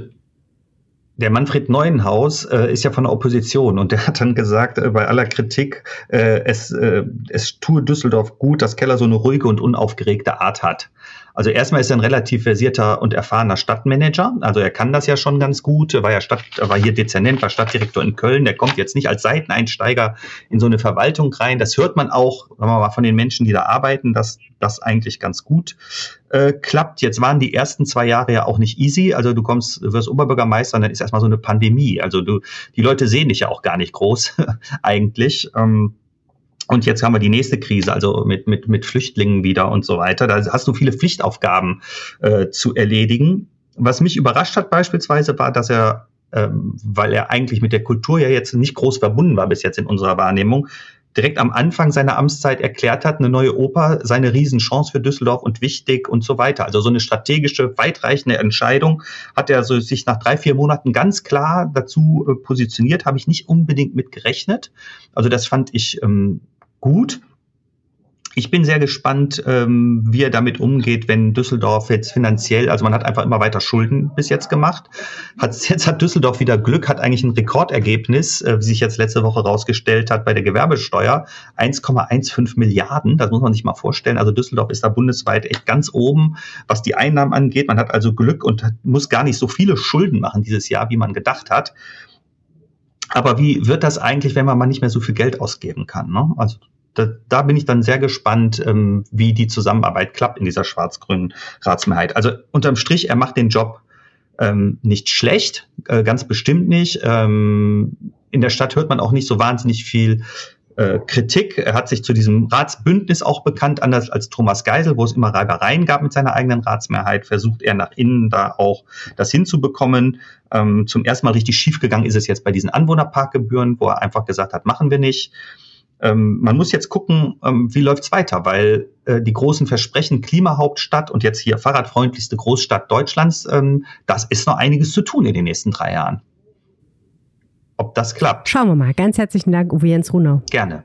S5: der Manfred Neuenhaus ist ja von der Opposition und der hat dann gesagt, bei aller Kritik, es tue Düsseldorf gut, dass Keller so eine ruhige und unaufgeregte Art hat. Also erstmal ist er ein relativ versierter und erfahrener Stadtmanager. Also er kann das ja schon ganz gut. Er war hier Dezernent, war Stadtdirektor in Köln. Der kommt jetzt nicht als Seiteneinsteiger in so eine Verwaltung rein. Das hört man auch, sagen wir mal, von den Menschen, die da arbeiten, dass das eigentlich ganz gut klappt. Jetzt waren die ersten 2 Jahre ja auch nicht easy. Also du wirst Oberbürgermeister und dann ist erstmal so eine Pandemie. Also die Leute sehen dich ja auch gar nicht groß eigentlich. Und jetzt haben wir die nächste Krise, also mit Flüchtlingen wieder und so weiter. Da hast du viele Pflichtaufgaben zu erledigen. Was mich überrascht hat beispielsweise war, dass er, weil er eigentlich mit der Kultur ja jetzt nicht groß verbunden war bis jetzt in unserer Wahrnehmung, direkt am Anfang seiner Amtszeit erklärt hat, eine neue Oper sei eine Riesenchance für Düsseldorf und wichtig und so weiter. Also so eine strategische, weitreichende Entscheidung hat er so sich nach 3-4 Monaten ganz klar dazu positioniert, habe ich nicht unbedingt mit gerechnet. Also das fand ich gut. Ich bin sehr gespannt, wie er damit umgeht, wenn Düsseldorf jetzt finanziell, also man hat einfach immer weiter Schulden bis jetzt gemacht. Jetzt hat Düsseldorf wieder Glück, hat eigentlich ein Rekordergebnis, wie sich jetzt letzte Woche rausgestellt hat bei der Gewerbesteuer, 1,15 Milliarden, das muss man sich mal vorstellen. Also Düsseldorf ist da bundesweit echt ganz oben, was die Einnahmen angeht. Man hat also Glück und muss gar nicht so viele Schulden machen dieses Jahr, wie man gedacht hat. Aber wie wird das eigentlich, wenn man mal nicht mehr so viel Geld ausgeben kann? Ne? Also da bin ich dann sehr gespannt, wie die Zusammenarbeit klappt in dieser schwarz-grünen Ratsmehrheit. Also unterm Strich, er macht den Job nicht schlecht, ganz bestimmt nicht. In der Stadt hört man auch nicht so wahnsinnig viel Kritik. Er hat sich zu diesem Ratsbündnis auch bekannt, anders als Thomas Geisel, wo es immer Reibereien gab mit seiner eigenen Ratsmehrheit, versucht er nach innen da auch das hinzubekommen. Zum ersten Mal richtig schiefgegangen ist es jetzt bei diesen Anwohnerparkgebühren, wo er einfach gesagt hat, machen wir nicht. Man muss jetzt gucken, wie läuft's weiter, weil die großen Versprechen Klimahauptstadt und jetzt hier fahrradfreundlichste Großstadt Deutschlands, das ist noch einiges zu tun in den nächsten 3 Jahren. Ob das klappt?
S2: Schauen wir mal. Ganz herzlichen Dank, Uwe Jens Runau.
S5: Gerne.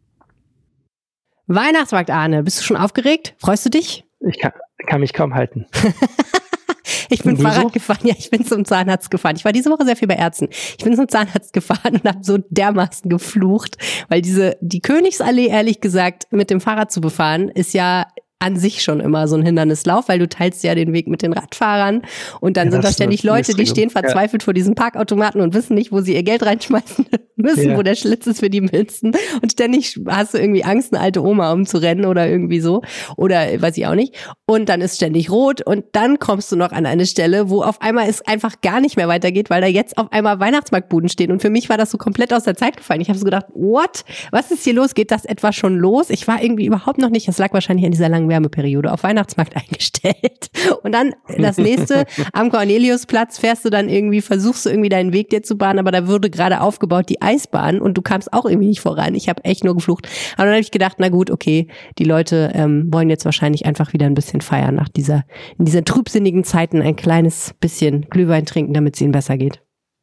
S2: Weihnachtsmarkt, Arne. Bist du schon aufgeregt? Freust du dich?
S1: Ich kann mich kaum halten.
S2: Ich bin Fahrrad gefahren. Ja, ich bin zum Zahnarzt gefahren. Ich war diese Woche sehr viel bei Ärzten. Ich bin zum Zahnarzt gefahren und habe so dermaßen geflucht, weil die Königsallee, ehrlich gesagt, mit dem Fahrrad zu befahren, ist ja an sich schon immer so ein Hindernislauf, weil du teilst ja den Weg mit den Radfahrern und dann sind da ständig Leute, die stehen verzweifelt vor diesen Parkautomaten und wissen nicht, wo sie ihr Geld reinschmeißen müssen, wo der Schlitz ist für die Münzen und ständig hast du irgendwie Angst, eine alte Oma umzurennen oder irgendwie so oder weiß ich auch nicht und dann ist ständig rot und dann kommst du noch an eine Stelle, wo auf einmal es einfach gar nicht mehr weitergeht, weil da jetzt auf einmal Weihnachtsmarktbuden stehen und für mich war das so komplett aus der Zeit gefallen. Ich habe so gedacht, what? Was ist hier los? Geht das etwa schon los? Ich war irgendwie überhaupt noch nicht, das lag wahrscheinlich an dieser langen Wärmeperiode, auf Weihnachtsmarkt eingestellt. Und dann das nächste, am Corneliusplatz fährst du dann irgendwie, versuchst du irgendwie deinen Weg dir zu bahnen, aber da wurde gerade aufgebaut die Eisbahn und du kamst auch irgendwie nicht voran. Ich habe echt nur geflucht. Aber dann habe ich gedacht, na gut, okay, die Leute wollen jetzt wahrscheinlich einfach wieder ein bisschen feiern in dieser trübsinnigen Zeiten ein kleines bisschen Glühwein trinken, damit es ihnen besser geht.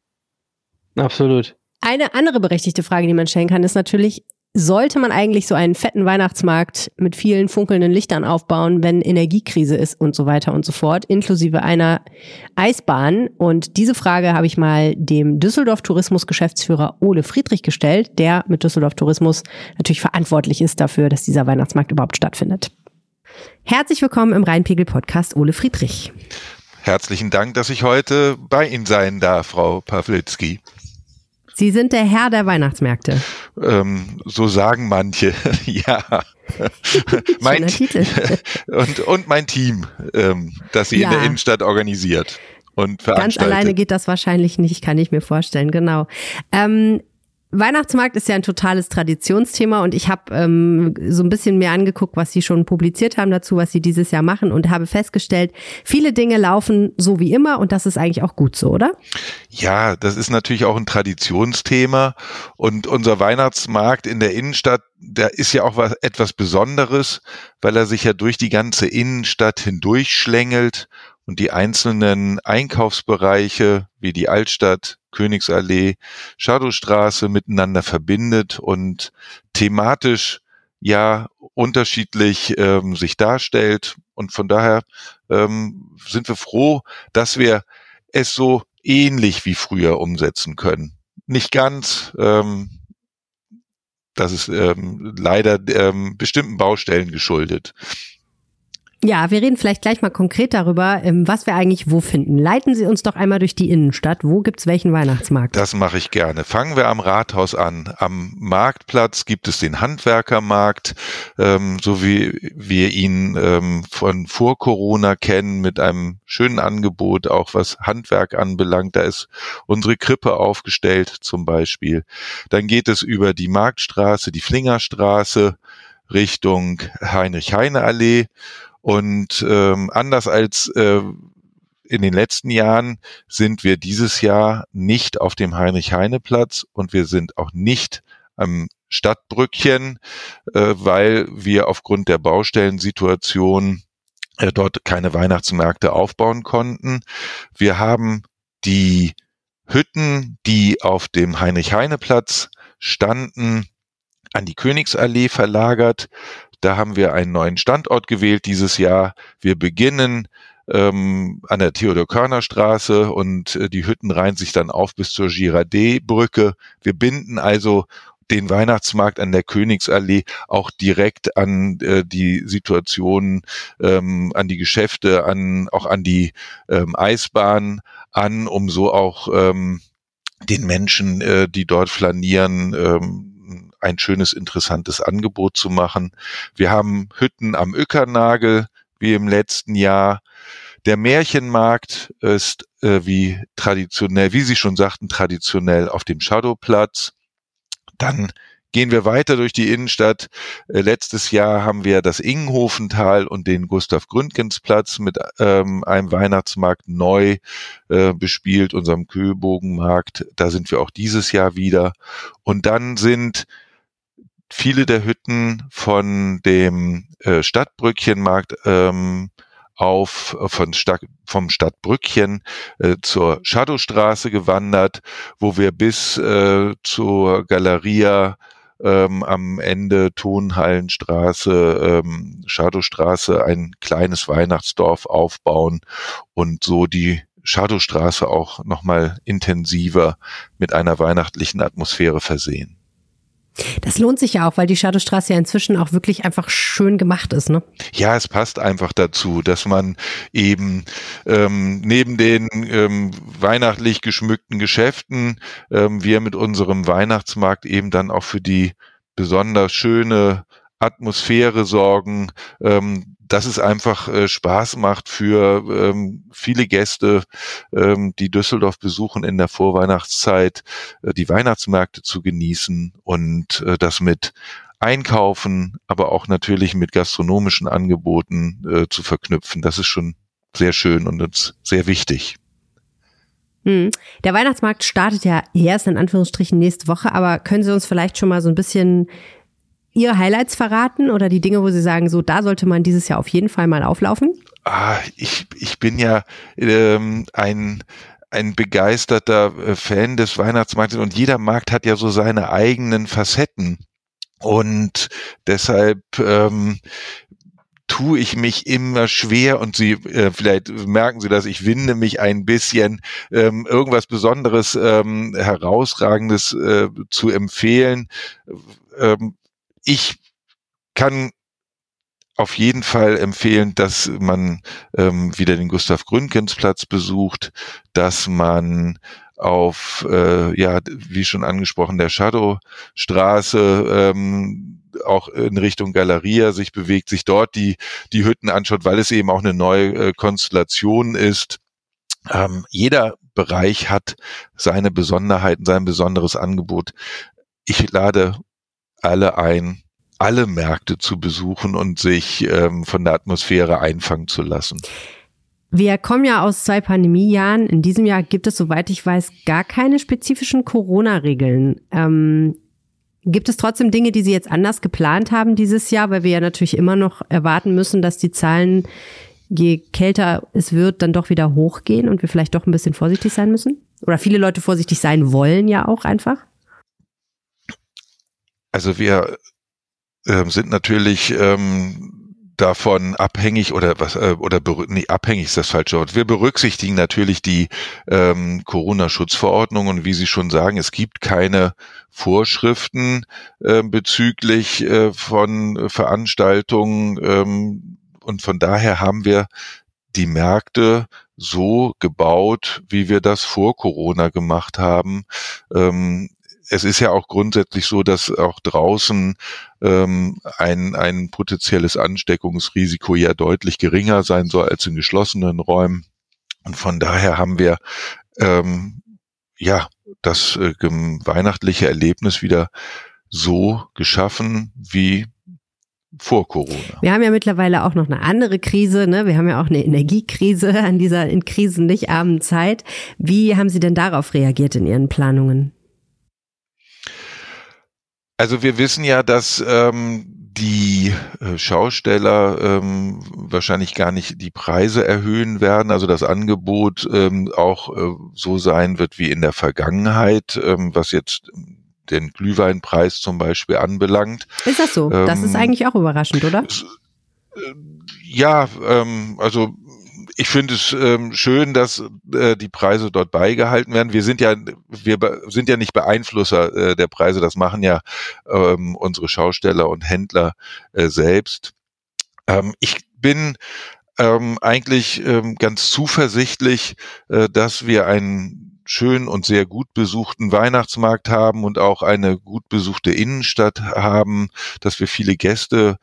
S1: Absolut.
S2: Eine andere berechtigte Frage, die man stellen kann, ist natürlich, sollte man eigentlich so einen fetten Weihnachtsmarkt mit vielen funkelnden Lichtern aufbauen, wenn Energiekrise ist und so weiter und so fort, inklusive einer Eisbahn? Und diese Frage habe ich mal dem Düsseldorf-Tourismus-Geschäftsführer Ole Friedrich gestellt, der mit Düsseldorf Tourismus natürlich verantwortlich ist dafür, dass dieser Weihnachtsmarkt überhaupt stattfindet. Herzlich willkommen im Rheinpegel-Podcast, Ole Friedrich.
S6: Herzlichen Dank, dass ich heute bei Ihnen sein darf, Frau Pawlitzki.
S2: Sie sind der Herr der Weihnachtsmärkte.
S6: So sagen manche, ja. Mein
S2: Titel.
S6: Und mein Team, das sie in der Innenstadt organisiert und veranstaltet.
S2: Ganz alleine geht das wahrscheinlich nicht, kann ich mir vorstellen, genau. Weihnachtsmarkt ist ja ein totales Traditionsthema und ich habe so ein bisschen mehr angeguckt, was Sie schon publiziert haben dazu, was Sie dieses Jahr machen und habe festgestellt, viele Dinge laufen so wie immer und das ist eigentlich auch gut so, oder?
S6: Ja, das ist natürlich auch ein Traditionsthema und unser Weihnachtsmarkt in der Innenstadt, der ist ja auch etwas Besonderes, weil er sich ja durch die ganze Innenstadt hindurch schlängelt und die einzelnen Einkaufsbereiche wie die Altstadt, Königsallee, Schadowstraße miteinander verbindet und thematisch ja unterschiedlich sich darstellt. Und von daher sind wir froh, dass wir es so ähnlich wie früher umsetzen können. Nicht ganz, das ist leider bestimmten Baustellen geschuldet.
S2: Ja, wir reden vielleicht gleich mal konkret darüber, was wir eigentlich wo finden. Leiten Sie uns doch einmal durch die Innenstadt. Wo gibt's welchen Weihnachtsmarkt?
S6: Das mache ich gerne. Fangen wir am Rathaus an. Am Marktplatz gibt es den Handwerkermarkt, so wie wir ihn von vor Corona kennen, mit einem schönen Angebot, auch was Handwerk anbelangt. Da ist unsere Krippe aufgestellt zum Beispiel. Dann geht es über die Marktstraße, die Flingerstraße Richtung Heinrich-Heine-Allee. Und anders als in den letzten Jahren sind wir dieses Jahr nicht auf dem Heinrich-Heine-Platz und wir sind auch nicht am Stadtbrückchen, weil wir aufgrund der Baustellensituation dort keine Weihnachtsmärkte aufbauen konnten. Wir haben die Hütten, die auf dem Heinrich-Heine-Platz standen, an die Königsallee verlagert. Da haben wir einen neuen Standort gewählt dieses Jahr. Wir beginnen an der Theodor-Körner-Straße und die Hütten reihen sich dann auf bis zur Girardet-Brücke. Wir binden also den Weihnachtsmarkt an der Königsallee auch direkt an die Situation, an die Geschäfte, auch an die Eisbahn an, um so auch den Menschen, die dort flanieren, ein schönes, interessantes Angebot zu machen. Wir haben Hütten am Uekernagel, wie im letzten Jahr. Der Märchenmarkt ist wie Sie schon sagten, traditionell auf dem Shadowplatz. Dann gehen wir weiter durch die Innenstadt. Letztes Jahr haben wir das Ingenhofental und den Gustav-Gründgens-Platz mit einem Weihnachtsmarkt neu bespielt, unserem Köbogenmarkt. Da sind wir auch dieses Jahr wieder. Und dann sind viele der Hütten von dem Stadtbrückchenmarkt vom Stadtbrückchen zur Shadowstraße gewandert, wo wir bis zur Galeria am Ende Tonhallenstraße, Shadowstraße ein kleines Weihnachtsdorf aufbauen und so die Shadowstraße auch nochmal intensiver mit einer weihnachtlichen Atmosphäre versehen.
S2: Das lohnt sich ja auch, weil die Shadowstraße ja inzwischen auch wirklich einfach schön gemacht ist, ne?
S6: Ja, es passt einfach dazu, dass man eben neben den weihnachtlich geschmückten Geschäften wir mit unserem Weihnachtsmarkt eben dann auch für die besonders schöne Atmosphäre sorgen, dass es einfach Spaß macht für viele Gäste, die Düsseldorf besuchen in der Vorweihnachtszeit, die Weihnachtsmärkte zu genießen und das mit Einkaufen, aber auch natürlich mit gastronomischen Angeboten zu verknüpfen. Das ist schon sehr schön und uns sehr wichtig.
S2: Der Weihnachtsmarkt startet ja erst in Anführungsstrichen nächste Woche, aber können Sie uns vielleicht schon mal so ein bisschen Ihre Highlights verraten oder die Dinge, wo Sie sagen, so da sollte man dieses Jahr auf jeden Fall mal auflaufen?
S6: Ich bin ja ein begeisterter Fan des Weihnachtsmarktes und jeder Markt hat ja so seine eigenen Facetten und deshalb tue ich mich immer schwer und vielleicht merken Sie das, ich winde mich ein bisschen, irgendwas Besonderes, Herausragendes zu empfehlen. Ich kann auf jeden Fall empfehlen, dass man wieder den Gustav-Gründgens-Platz besucht, dass man auf, wie schon angesprochen, der Shadowstraße auch in Richtung Galeria sich bewegt, sich dort die Hütten anschaut, weil es eben auch eine neue Konstellation ist. Jeder Bereich hat seine Besonderheiten, sein besonderes Angebot. Ich lade alle ein, alle Märkte zu besuchen und sich von der Atmosphäre einfangen zu lassen.
S2: Wir kommen ja aus 2 Pandemiejahren. In diesem Jahr gibt es, soweit ich weiß, gar keine spezifischen Corona-Regeln. Gibt es trotzdem Dinge, die Sie jetzt anders geplant haben dieses Jahr, weil wir ja natürlich immer noch erwarten müssen, dass die Zahlen, je kälter es wird, dann doch wieder hochgehen und wir vielleicht doch ein bisschen vorsichtig sein müssen? Oder viele Leute vorsichtig sein wollen ja auch einfach?
S6: Also wir sind natürlich davon abhängig abhängig ist das falsche Wort. Wir berücksichtigen natürlich die Corona-Schutzverordnung und wie Sie schon sagen, es gibt keine Vorschriften bezüglich von Veranstaltungen und von daher haben wir die Märkte so gebaut, wie wir das vor Corona gemacht haben. Es ist ja auch grundsätzlich so, dass auch draußen ein potenzielles Ansteckungsrisiko ja deutlich geringer sein soll als in geschlossenen Räumen. Und von daher haben wir das weihnachtliche Erlebnis wieder so geschaffen wie vor Corona.
S2: Wir haben ja mittlerweile auch noch eine andere Krise, ne? Wir haben ja auch eine Energiekrise an dieser in Krisen nicht armen Zeit. Wie haben Sie denn darauf reagiert in Ihren Planungen?
S6: Also wir wissen ja, dass die Schausteller wahrscheinlich gar nicht die Preise erhöhen werden, also das Angebot auch so sein wird wie in der Vergangenheit, was jetzt den Glühweinpreis zum Beispiel anbelangt.
S2: Ist das so? Das ist eigentlich auch überraschend, oder?
S6: Ja, also ich finde es schön, dass die Preise dort beigehalten werden. Wir sind ja nicht Beeinflusser der Preise, das machen ja unsere Schausteller und Händler selbst. Ich bin eigentlich ganz zuversichtlich, dass wir ein schön und sehr gut besuchten Weihnachtsmarkt haben und auch eine gut besuchte Innenstadt haben, dass wir viele Gäste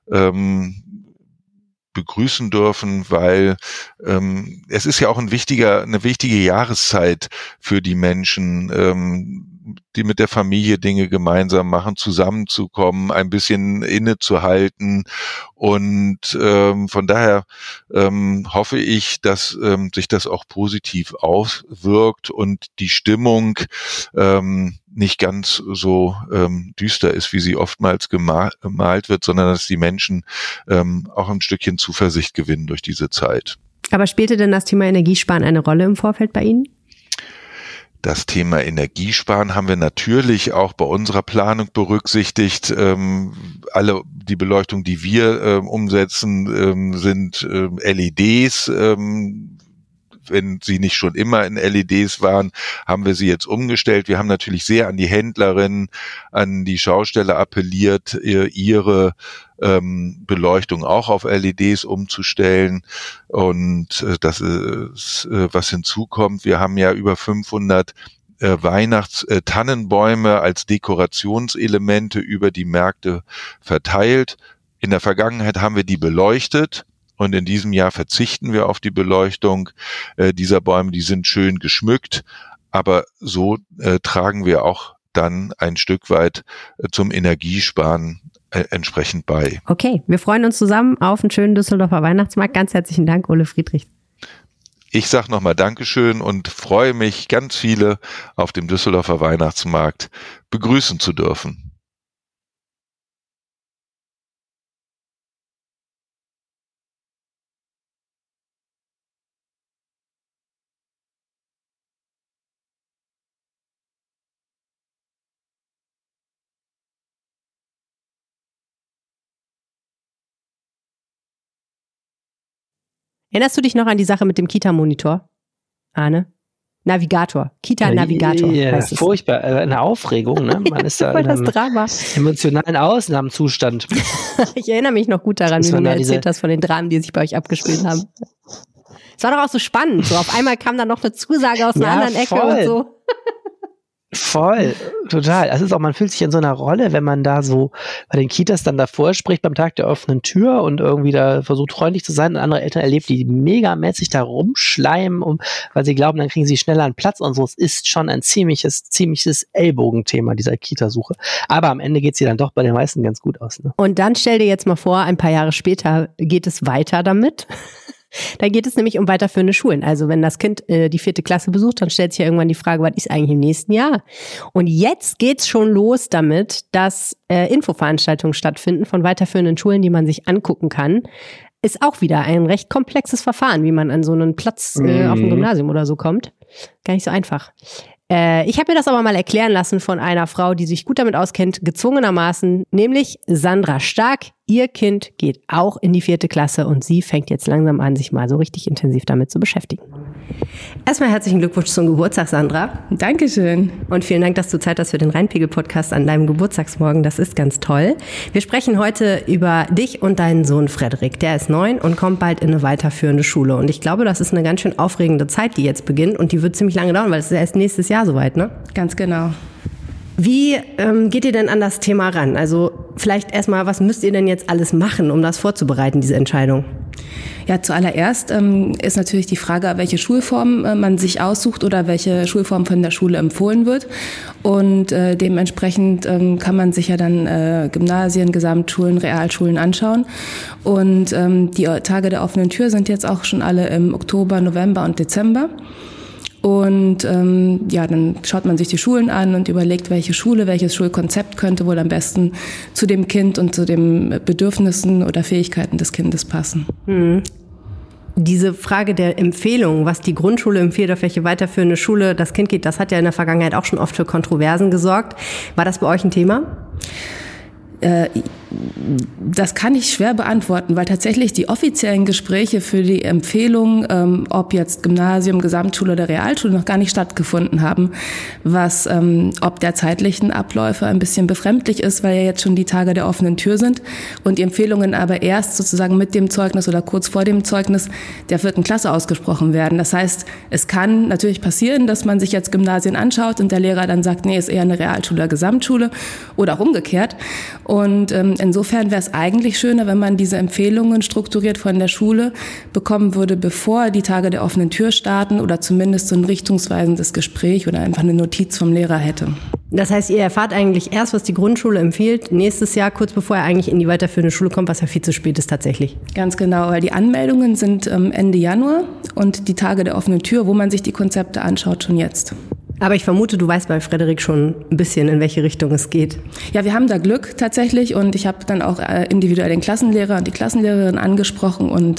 S6: begrüßen dürfen, weil es ist ja auch eine wichtige Jahreszeit für die Menschen, die mit der Familie Dinge gemeinsam machen, zusammenzukommen, ein bisschen innezuhalten. Und von daher hoffe ich, dass sich das auch positiv auswirkt und die Stimmung nicht ganz so düster ist, wie sie oftmals gemalt wird, sondern dass die Menschen auch ein Stückchen Zuversicht gewinnen durch diese Zeit.
S2: Aber spielte denn das Thema Energiesparen eine Rolle im Vorfeld bei Ihnen?
S6: Das Thema Energiesparen haben wir natürlich auch bei unserer Planung berücksichtigt. Alle die Beleuchtung, die wir umsetzen, sind LEDs. Wenn sie nicht schon immer in LEDs waren, haben wir sie jetzt umgestellt. Wir haben natürlich sehr an die Händlerinnen, an die Schausteller appelliert, ihre Beleuchtung auch auf LEDs umzustellen. Und das ist, was hinzukommt. Wir haben ja über 500 Tannenbäume als Dekorationselemente über die Märkte verteilt. In der Vergangenheit haben wir die beleuchtet. Und in diesem Jahr verzichten wir auf die Beleuchtung dieser Bäume. Die sind schön geschmückt, aber so tragen wir auch dann ein Stück weit zum Energiesparen entsprechend bei.
S2: Okay, wir freuen uns zusammen auf einen schönen Düsseldorfer Weihnachtsmarkt. Ganz herzlichen Dank, Ole Friedrich.
S6: Ich sage nochmal Dankeschön und freue mich, ganz viele auf dem Düsseldorfer Weihnachtsmarkt begrüßen zu dürfen.
S2: Erinnerst du dich noch an die Sache mit dem Kita-Monitor, Arne? Navigator, Kita-Navigator heißt es.
S1: Furchtbar, eine Aufregung, ne? Man ist da in einem emotionalen Ausnahmezustand.
S2: Ich erinnere mich noch gut daran, wie du mir erzählt hast von den Dramen, die sich bei euch abgespielt haben. Es war doch auch so spannend, so auf einmal kam dann noch eine Zusage aus einer anderen Ecke und so.
S1: Voll, total. Das ist auch, man fühlt sich in so einer Rolle, wenn man da so bei den Kitas dann davor spricht beim Tag der offenen Tür und irgendwie da versucht freundlich zu sein und andere Eltern erlebt, die megamäßig da rumschleimen, weil sie glauben, dann kriegen sie schneller einen Platz und so. Es ist schon ein ziemliches Ellbogenthema dieser Kitasuche. Aber am Ende geht sie dann doch bei den meisten ganz gut aus. Ne?
S2: Und dann stell dir jetzt mal vor, ein paar Jahre später geht es weiter damit. Da geht es nämlich um weiterführende Schulen. Also wenn das Kind die 4. Klasse besucht, dann stellt sich ja irgendwann die Frage, was ist eigentlich im nächsten Jahr? Und jetzt geht's schon los damit, dass Infoveranstaltungen stattfinden von weiterführenden Schulen, die man sich angucken kann. Ist auch wieder ein recht komplexes Verfahren, wie man an so einen Platz auf dem Gymnasium oder so kommt. Gar nicht so einfach. Ich habe mir das aber mal erklären lassen von einer Frau, die sich gut damit auskennt, gezwungenermaßen, nämlich Sandra Stark. Ihr Kind geht auch in die 4. Klasse und sie fängt jetzt langsam an, sich mal so richtig intensiv damit zu beschäftigen. Erstmal herzlichen Glückwunsch zum Geburtstag, Sandra.
S7: Dankeschön.
S2: Und vielen Dank, dass du Zeit hast für den Rheinpegel-Podcast an deinem Geburtstagsmorgen. Das ist ganz toll. Wir sprechen heute über dich und deinen Sohn Frederik. Der ist 9 und kommt bald in eine weiterführende Schule. Und ich glaube, das ist eine ganz schön aufregende Zeit, die jetzt beginnt. Und die wird ziemlich lange dauern, weil es ist erst nächstes Jahr soweit, ne?
S7: Ganz genau.
S2: Wie geht ihr denn an das Thema ran? Also vielleicht erstmal, was müsst ihr denn jetzt alles machen, um das vorzubereiten, diese Entscheidung?
S7: Ja, zuallererst ist natürlich die Frage, welche Schulform man sich aussucht oder welche Schulform von der Schule empfohlen wird. Und dementsprechend kann man sich ja dann Gymnasien, Gesamtschulen, Realschulen anschauen. Und die Tage der offenen Tür sind jetzt auch schon alle im Oktober, November und Dezember. Und dann schaut man sich die Schulen an und überlegt, welche Schule, welches Schulkonzept könnte wohl am besten zu dem Kind und zu den Bedürfnissen oder Fähigkeiten des Kindes passen.
S2: Diese Frage der Empfehlung, was die Grundschule empfiehlt, auf welche weiterführende Schule das Kind geht, das hat ja in der Vergangenheit auch schon oft für Kontroversen gesorgt. War das bei euch ein Thema?
S7: Das kann ich schwer beantworten, weil tatsächlich die offiziellen Gespräche für die Empfehlung, ob jetzt Gymnasium, Gesamtschule oder Realschule, noch gar nicht stattgefunden haben, was ob der zeitlichen Abläufe ein bisschen befremdlich ist, weil ja jetzt schon die Tage der offenen Tür sind und die Empfehlungen aber erst sozusagen mit dem Zeugnis oder kurz vor dem Zeugnis der 4. Klasse ausgesprochen werden. Das heißt, es kann natürlich passieren, dass man sich jetzt Gymnasien anschaut und der Lehrer dann sagt, nee, ist eher eine Realschule oder Gesamtschule oder auch umgekehrt. Und insofern wäre es eigentlich schöner, wenn man diese Empfehlungen strukturiert von der Schule bekommen würde, bevor die Tage der offenen Tür starten oder zumindest so ein richtungsweisendes Gespräch oder einfach eine Notiz vom Lehrer hätte.
S2: Das heißt, ihr erfahrt eigentlich erst, was die Grundschule empfiehlt, nächstes Jahr, kurz bevor er eigentlich in die weiterführende Schule kommt, was ja viel zu spät ist tatsächlich.
S7: Ganz genau, weil die Anmeldungen sind Ende Januar und die Tage der offenen Tür, wo man sich die Konzepte anschaut, schon jetzt.
S2: Aber ich vermute, du weißt bei Frederik schon ein bisschen, in welche Richtung es geht.
S7: Ja, wir haben da Glück tatsächlich und ich habe dann auch individuell den Klassenlehrer und die Klassenlehrerin angesprochen und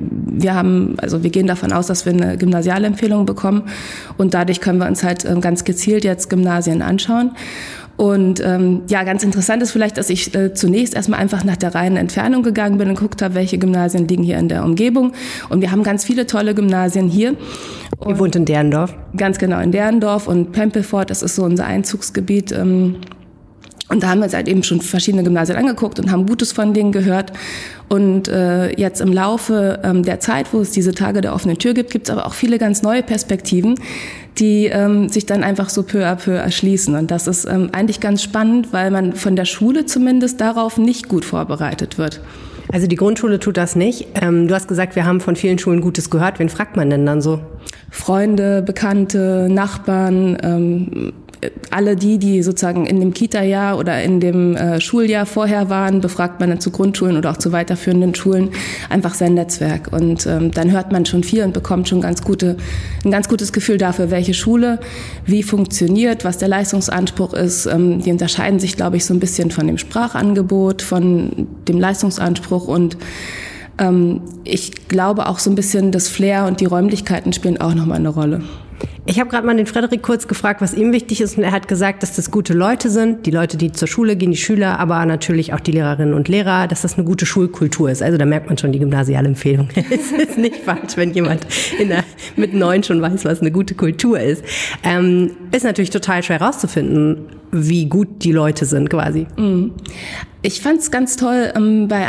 S7: wir gehen davon aus, dass wir eine Gymnasialempfehlung bekommen und dadurch können wir uns halt ganz gezielt jetzt Gymnasien anschauen. Und ganz interessant ist vielleicht, dass ich zunächst erstmal einfach nach der reinen Entfernung gegangen bin und geguckt habe, welche Gymnasien liegen hier in der Umgebung. Und wir haben ganz viele tolle Gymnasien hier.
S2: Ihr wohnt in Derndorf?
S7: Ganz genau, in Derndorf und Pempelfort, das ist so unser Einzugsgebiet. Und da haben wir uns halt eben schon verschiedene Gymnasien angeguckt und haben Gutes von denen gehört. Und jetzt im Laufe der Zeit, wo es diese Tage der offenen Tür gibt, gibt es aber auch viele ganz neue Perspektiven, die sich dann einfach so peu à peu erschließen. Und das ist eigentlich ganz spannend, weil man von der Schule zumindest darauf nicht gut vorbereitet wird.
S2: Also die Grundschule tut das nicht. Du hast gesagt, wir haben von vielen Schulen Gutes gehört. Wen fragt man denn dann so?
S7: Freunde, Bekannte, Nachbarn, alle die sozusagen in dem Kita-Jahr oder in dem Schuljahr vorher waren, befragt man dann zu Grundschulen oder auch zu weiterführenden Schulen einfach sein Netzwerk. Und dann hört man schon viel und bekommt schon ein ganz gutes Gefühl dafür, welche Schule wie funktioniert, was der Leistungsanspruch ist. Die unterscheiden sich, glaube ich, so ein bisschen von dem Sprachangebot, von dem Leistungsanspruch und ich glaube auch so ein bisschen das Flair und die Räumlichkeiten spielen auch nochmal eine Rolle.
S2: Ich habe gerade mal den Frederik kurz gefragt, was ihm wichtig ist und er hat gesagt, dass das gute Leute sind, die Leute, die zur Schule gehen, die Schüler, aber natürlich auch die Lehrerinnen und Lehrer, dass das eine gute Schulkultur ist. Also da merkt man schon die Gymnasialempfehlung. Es ist nicht falsch, wenn jemand mit 9 schon weiß, was eine gute Kultur ist. Ist natürlich total schwer rauszufinden, wie gut die Leute sind quasi. Ich fand es ganz toll, bei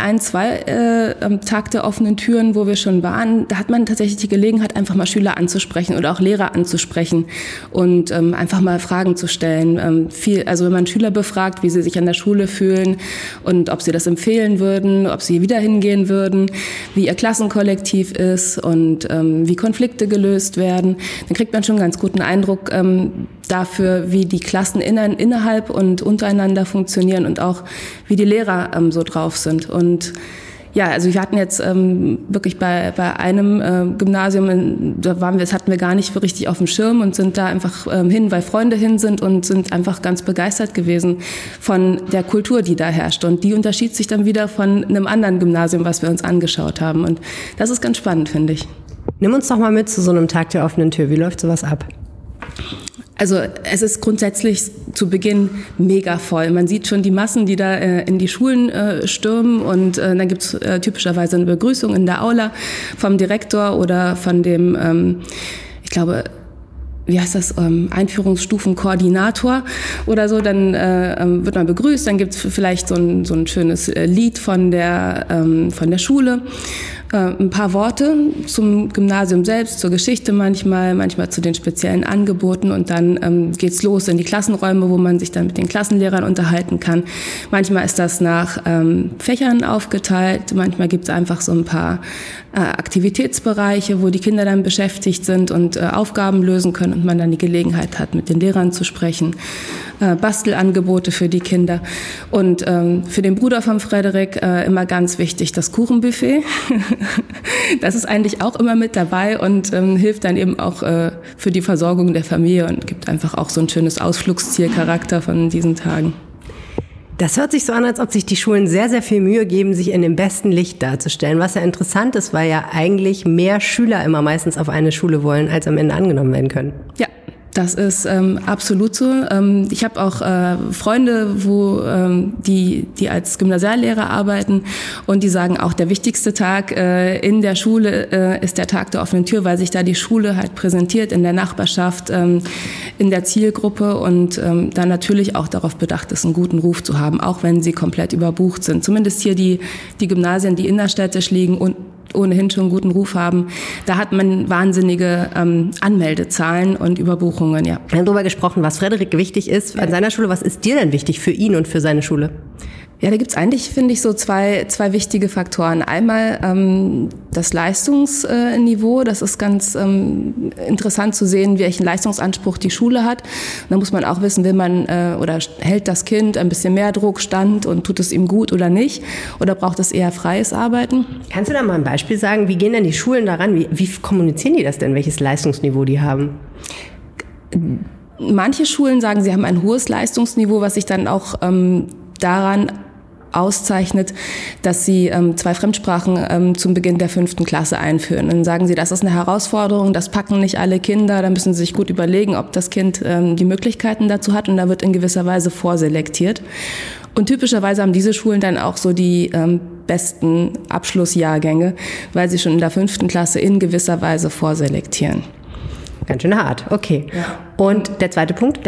S2: 2 Tag der offenen Türen, wo wir schon waren, da hat man tatsächlich die Gelegenheit, einfach mal Schüler anzusprechen oder auch Lehrer anzusprechen und einfach mal Fragen zu stellen. Also wenn man Schüler befragt, wie sie sich an der Schule fühlen und ob sie das empfehlen würden, ob sie wieder hingehen würden, wie ihr Klassenkollektiv ist und wie Konflikte gelöst werden, dann kriegt man schon einen ganz guten Eindruck dafür, wie die Klassen innerhalb und untereinander funktionieren und auch wie die Lehrer so drauf sind. Und ja, also wir hatten jetzt wirklich bei einem Gymnasium, das hatten wir gar nicht richtig auf dem Schirm und sind da einfach hin, weil Freunde hin sind und sind einfach ganz begeistert gewesen von der Kultur, die da herrscht. Und die unterschied sich dann wieder von einem anderen Gymnasium, was wir uns angeschaut haben. Und das ist ganz spannend, finde ich. Nimm uns doch mal mit zu so einem Tag der offenen Tür. Wie läuft sowas ab?
S7: Also es ist grundsätzlich zu Beginn mega voll. Man sieht schon die Massen, die da in die Schulen stürmen und dann gibt's typischerweise eine Begrüßung in der Aula vom Direktor oder von dem, ich glaube, wie heißt das, Einführungsstufenkoordinator oder so, dann wird man begrüßt, dann gibt's vielleicht so ein schönes Lied von der Schule. Ein paar Worte zum Gymnasium selbst, zur Geschichte manchmal zu den speziellen Angeboten und dann geht's los in die Klassenräume, wo man sich dann mit den Klassenlehrern unterhalten kann. Manchmal ist das nach Fächern aufgeteilt, manchmal gibt's einfach so ein paar Aktivitätsbereiche, wo die Kinder dann beschäftigt sind und Aufgaben lösen können und man dann die Gelegenheit hat, mit den Lehrern zu sprechen. Bastelangebote für die Kinder. Und für den Bruder von Frederik immer ganz wichtig das Kuchenbuffet. Das ist eigentlich auch immer mit dabei und hilft dann eben auch für die Versorgung der Familie und gibt einfach auch so ein schönes Ausflugszielcharakter von diesen Tagen.
S2: Das hört sich so an, als ob sich die Schulen sehr, sehr viel Mühe geben, sich in dem besten Licht darzustellen. Was ja interessant ist, weil ja eigentlich mehr Schüler immer meistens auf eine Schule wollen, als am Ende angenommen werden können.
S7: Ja, Das ist absolut so. Ich habe auch Freunde, die als Gymnasiallehrer arbeiten und die sagen auch, der wichtigste Tag in der Schule ist der Tag der offenen Tür, weil sich da die Schule halt präsentiert in der Nachbarschaft, in der Zielgruppe und dann natürlich auch darauf bedacht ist, einen guten Ruf zu haben, auch wenn sie komplett überbucht sind. Zumindest hier die Gymnasien, die innerstädtisch liegen und ohnehin schon einen guten Ruf haben, da hat man wahnsinnige Anmeldezahlen und Überbuchungen, ja.
S2: Wir haben darüber gesprochen, was Frederik wichtig ist an seiner Schule. Was ist dir denn wichtig für ihn und für seine Schule?
S7: Ja, da gibt's eigentlich, finde ich, so zwei wichtige Faktoren. Einmal das Leistungsniveau. Das ist ganz interessant zu sehen, welchen Leistungsanspruch die Schule hat. Und da muss man auch wissen, will man oder hält das Kind ein bisschen mehr Druck stand und tut es ihm gut oder nicht? Oder braucht es eher freies Arbeiten?
S2: Kannst du da mal ein Beispiel sagen? Wie gehen denn die Schulen daran? Wie kommunizieren die das denn? Welches Leistungsniveau die haben?
S7: Manche Schulen sagen, sie haben ein hohes Leistungsniveau, was sich dann auch daran auszeichnet, dass sie 2 Fremdsprachen zum Beginn der 5. Klasse einführen. Dann sagen sie, das ist eine Herausforderung, das packen nicht alle Kinder, da müssen sie sich gut überlegen, ob das Kind die Möglichkeiten dazu hat und da wird in gewisser Weise vorselektiert. Und typischerweise haben diese Schulen dann auch so die besten Abschlussjahrgänge, weil sie schon in der 5. Klasse in gewisser Weise vorselektieren.
S2: Ganz schön hart, okay. Ja. Und der zweite Punkt?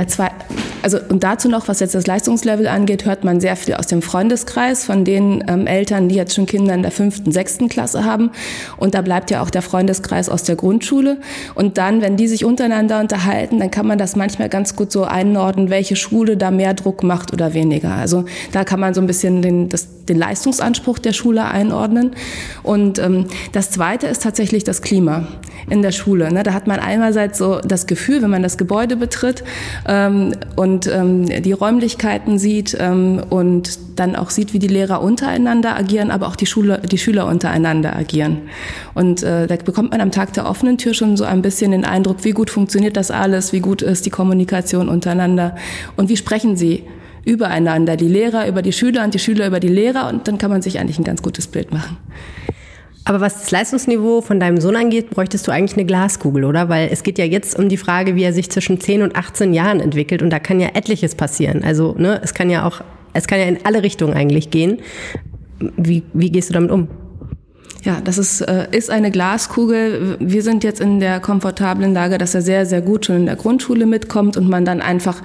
S7: Und dazu noch, was jetzt das Leistungslevel angeht, hört man sehr viel aus dem Freundeskreis von den Eltern, die jetzt schon Kinder in der 5., 6. Klasse haben. Und da bleibt ja auch der Freundeskreis aus der Grundschule. Und dann, wenn die sich untereinander unterhalten, dann kann man das manchmal ganz gut so einordnen, welche Schule da mehr Druck macht oder weniger. Also da kann man so ein bisschen den Leistungsanspruch der Schule einordnen. Und das Zweite ist tatsächlich das Klima in der Schule. Da hat man einerseits so das Gefühl, wenn man das Gebäude betritt und die Räumlichkeiten sieht und dann auch sieht, wie die Lehrer untereinander agieren, aber auch die Schüler untereinander agieren. Und da bekommt man am Tag der offenen Tür schon so ein bisschen den Eindruck, wie gut funktioniert das alles, wie gut ist die Kommunikation untereinander und wie sprechen sie übereinander, die Lehrer über die Schüler und die Schüler über die Lehrer und dann kann man sich eigentlich ein ganz gutes Bild machen.
S2: Aber was das Leistungsniveau von deinem Sohn angeht, bräuchtest du eigentlich eine Glaskugel, oder? Weil es geht ja jetzt um die Frage, wie er sich zwischen 10 und 18 Jahren entwickelt und da kann ja etliches passieren. Also es kann ja in alle Richtungen eigentlich gehen. Wie gehst du damit um?
S7: Ja, das ist eine Glaskugel. Wir sind jetzt in der komfortablen Lage, dass er sehr, sehr gut schon in der Grundschule mitkommt und man dann einfach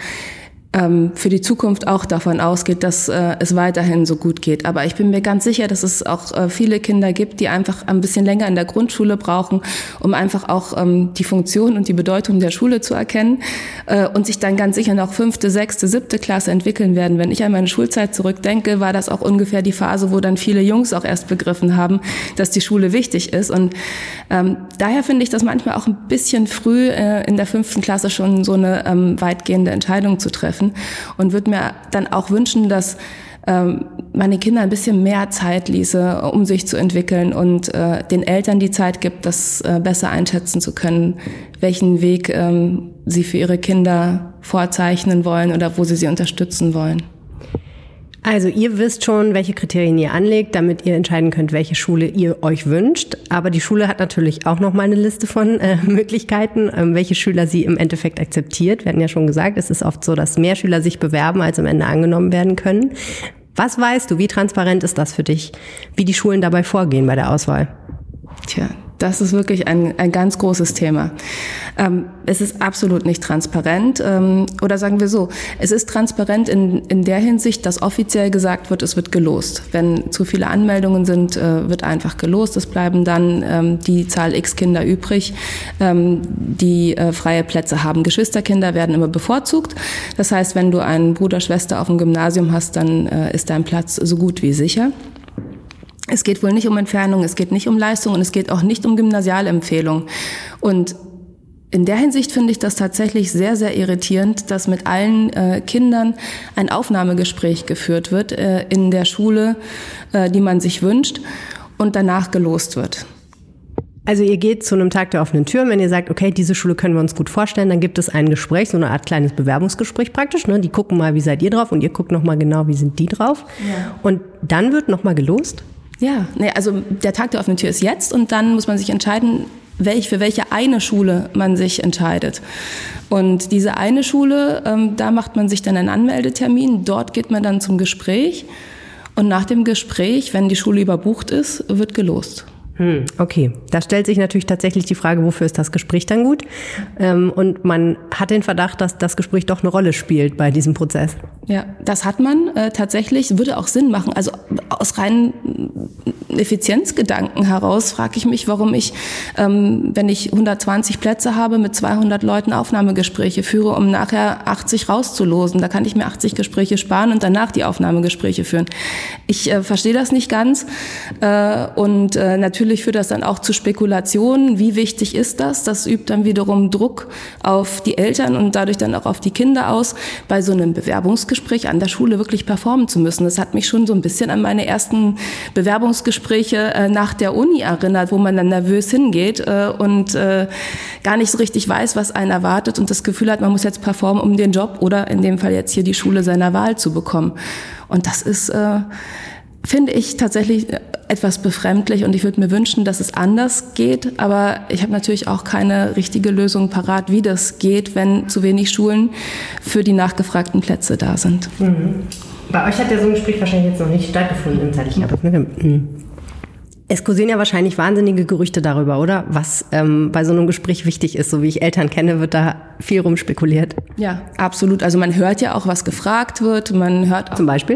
S7: für die Zukunft auch davon ausgeht, dass es weiterhin so gut geht. Aber ich bin mir ganz sicher, dass es auch viele Kinder gibt, die einfach ein bisschen länger in der Grundschule brauchen, um einfach auch die Funktion und die Bedeutung der Schule zu erkennen und sich dann ganz sicher noch 5., 6., 7. Klasse entwickeln werden. Wenn ich an meine Schulzeit zurückdenke, war das auch ungefähr die Phase, wo dann viele Jungs auch erst begriffen haben, dass die Schule wichtig ist. Und daher finde ich das manchmal auch ein bisschen früh in der 5. Klasse schon so eine weitgehende Entscheidung zu treffen. Und würde mir dann auch wünschen, dass man den Kindern ein bisschen mehr Zeit ließe, um sich zu entwickeln und den Eltern die Zeit gibt, das besser einschätzen zu können, welchen Weg sie für ihre Kinder vorzeichnen wollen oder wo sie unterstützen wollen.
S2: Also ihr wisst schon, welche Kriterien ihr anlegt, damit ihr entscheiden könnt, welche Schule ihr euch wünscht. Aber die Schule hat natürlich auch noch mal eine Liste von Möglichkeiten, welche Schüler sie im Endeffekt akzeptiert. Wir hatten ja schon gesagt, es ist oft so, dass mehr Schüler sich bewerben, als am Ende angenommen werden können. Was weißt du, wie transparent ist das für dich, wie die Schulen dabei vorgehen bei der Auswahl?
S7: Tja, das ist wirklich ein ganz großes Thema. Es ist absolut nicht transparent. Oder sagen wir so, es ist transparent in der Hinsicht, dass offiziell gesagt wird, es wird gelost. Wenn zu viele Anmeldungen sind, wird einfach gelost. Es bleiben dann die Zahl X Kinder übrig, die freie Plätze haben. Geschwisterkinder werden immer bevorzugt. Das heißt, wenn du einen Bruder, Schwester auf dem Gymnasium hast, dann ist dein Platz so gut wie sicher. Es geht wohl nicht um Entfernung, es geht nicht um Leistung und es geht auch nicht um Gymnasialempfehlung. Und in der Hinsicht finde ich das tatsächlich sehr, sehr irritierend, dass mit allen Kindern ein Aufnahmegespräch geführt wird in der Schule, die man sich wünscht und danach gelost wird.
S2: Also ihr geht zu einem Tag der offenen Tür, wenn ihr sagt, okay, diese Schule können wir uns gut vorstellen, dann gibt es ein Gespräch, so eine Art kleines Bewerbungsgespräch praktisch. Ne? Die gucken mal, wie seid ihr drauf und ihr guckt nochmal genau, wie sind die drauf. Ja. Und dann wird nochmal gelost?
S7: Ja, also der Tag der offenen Tür ist jetzt und dann muss man sich entscheiden, für welche eine Schule man sich entscheidet. Und diese eine Schule, da macht man sich dann einen Anmeldetermin, dort geht man dann zum Gespräch und nach dem Gespräch, wenn die Schule überbucht ist, wird gelost.
S2: Okay, da stellt sich natürlich tatsächlich die Frage, wofür ist das Gespräch dann gut? Und man hat den Verdacht, dass das Gespräch doch eine Rolle spielt bei diesem Prozess.
S7: Ja, das hat man tatsächlich, würde auch Sinn machen. Also aus reinen Effizienzgedanken heraus frage ich mich, warum ich, wenn ich 120 Plätze habe, mit 200 Leuten Aufnahmegespräche führe, um nachher 80 rauszulosen. Da kann ich mir 80 Gespräche sparen und danach die Aufnahmegespräche führen. Ich verstehe das nicht ganz und natürlich führt das dann auch zu Spekulationen. Wie wichtig ist das? Das übt dann wiederum Druck auf die Eltern und dadurch dann auch auf die Kinder aus, bei so einem Bewerbungsgespräch an der Schule wirklich performen zu müssen. Das hat mich schon so ein bisschen an meine ersten Bewerbungsgespräche nach der Uni erinnert, wo man dann nervös hingeht und gar nicht so richtig weiß, was einen erwartet und das Gefühl hat, man muss jetzt performen, um den Job oder in dem Fall jetzt hier die Schule seiner Wahl zu bekommen. Und das ist, finde ich, tatsächlich etwas befremdlich und ich würde mir wünschen, dass es anders geht, aber ich habe natürlich auch keine richtige Lösung parat, wie das geht, wenn zu wenig Schulen für die nachgefragten Plätze da sind.
S2: Bei euch hat ja so ein Gespräch wahrscheinlich jetzt noch nicht stattgefunden im zeitlichen Ablauf. Es kursieren ja wahrscheinlich wahnsinnige Gerüchte darüber, oder? Was bei so einem Gespräch wichtig ist. So wie ich Eltern kenne, wird da viel rumspekuliert.
S7: Ja, absolut. Also man hört ja auch, was gefragt wird. Man hört auch
S2: zum Beispiel?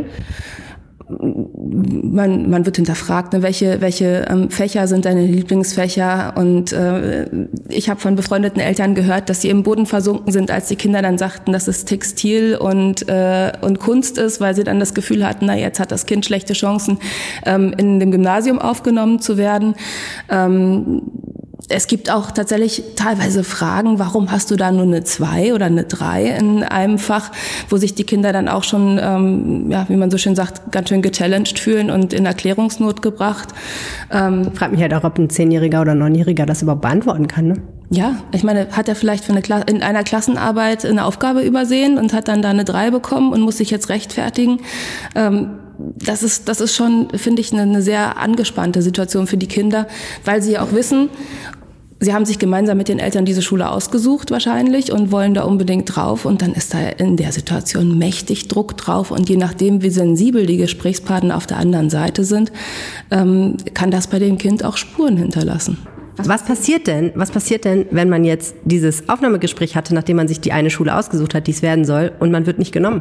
S7: Man wird hinterfragt, ne, welche Fächer sind deine Lieblingsfächer und ich habe von befreundeten Eltern gehört, dass sie im Boden versunken sind, als die Kinder dann sagten, dass es Textil und Kunst ist, weil sie dann das Gefühl hatten, na jetzt hat das Kind schlechte Chancen, in dem Gymnasium aufgenommen zu werden. Es gibt auch tatsächlich teilweise Fragen, warum hast du da nur eine 2 oder eine 3 in einem Fach, wo sich die Kinder dann auch schon, wie man so schön sagt, ganz schön gechallenged fühlen und in Erklärungsnot gebracht.
S2: Ich frage mich halt auch, ob ein 10-Jähriger oder 9-Jähriger das überhaupt beantworten kann, ne?
S7: Ja, ich meine, hat er vielleicht in einer Klassenarbeit eine Aufgabe übersehen und hat dann da eine 3 bekommen und muss sich jetzt rechtfertigen. Das ist schon, finde ich, eine sehr angespannte Situation für die Kinder, weil sie ja auch wissen, sie haben sich gemeinsam mit den Eltern diese Schule ausgesucht wahrscheinlich und wollen da unbedingt drauf und dann ist da in der Situation mächtig Druck drauf und je nachdem, wie sensibel die Gesprächspartner auf der anderen Seite sind, kann das bei dem Kind auch Spuren hinterlassen.
S2: Was passiert denn, wenn man jetzt dieses Aufnahmegespräch hatte, nachdem man sich die eine Schule ausgesucht hat, die es werden soll, und man wird nicht genommen?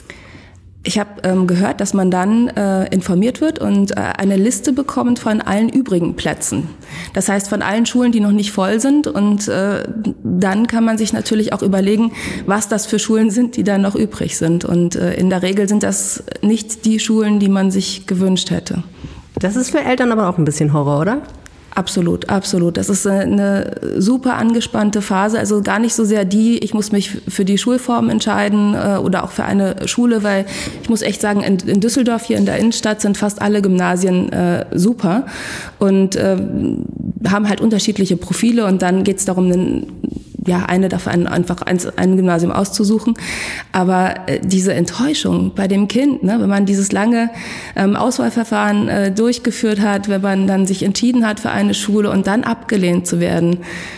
S7: Ich habe gehört, dass man dann informiert wird und eine Liste bekommt von allen übrigen Plätzen. Das heißt, von allen Schulen, die noch nicht voll sind. Und dann kann man sich natürlich auch überlegen, was das für Schulen sind, die dann noch übrig sind. Und in der Regel sind das nicht die Schulen, die man sich gewünscht hätte.
S2: Das ist für Eltern aber auch ein bisschen Horror, oder?
S7: Absolut, absolut. Das ist eine super angespannte Phase. Also gar nicht so sehr ich muss mich für die Schulform entscheiden oder auch für eine Schule, weil ich muss echt sagen, in Düsseldorf hier in der Innenstadt sind fast alle Gymnasien super und haben halt unterschiedliche Profile und dann geht es darum, eine davon einfach ein Gymnasium auszusuchen. Aber diese Enttäuschung bei dem Kind, ne, wenn man dieses lange Auswahlverfahren durchgeführt hat, wenn man dann sich entschieden hat für eine Schule und dann abgelehnt zu werden,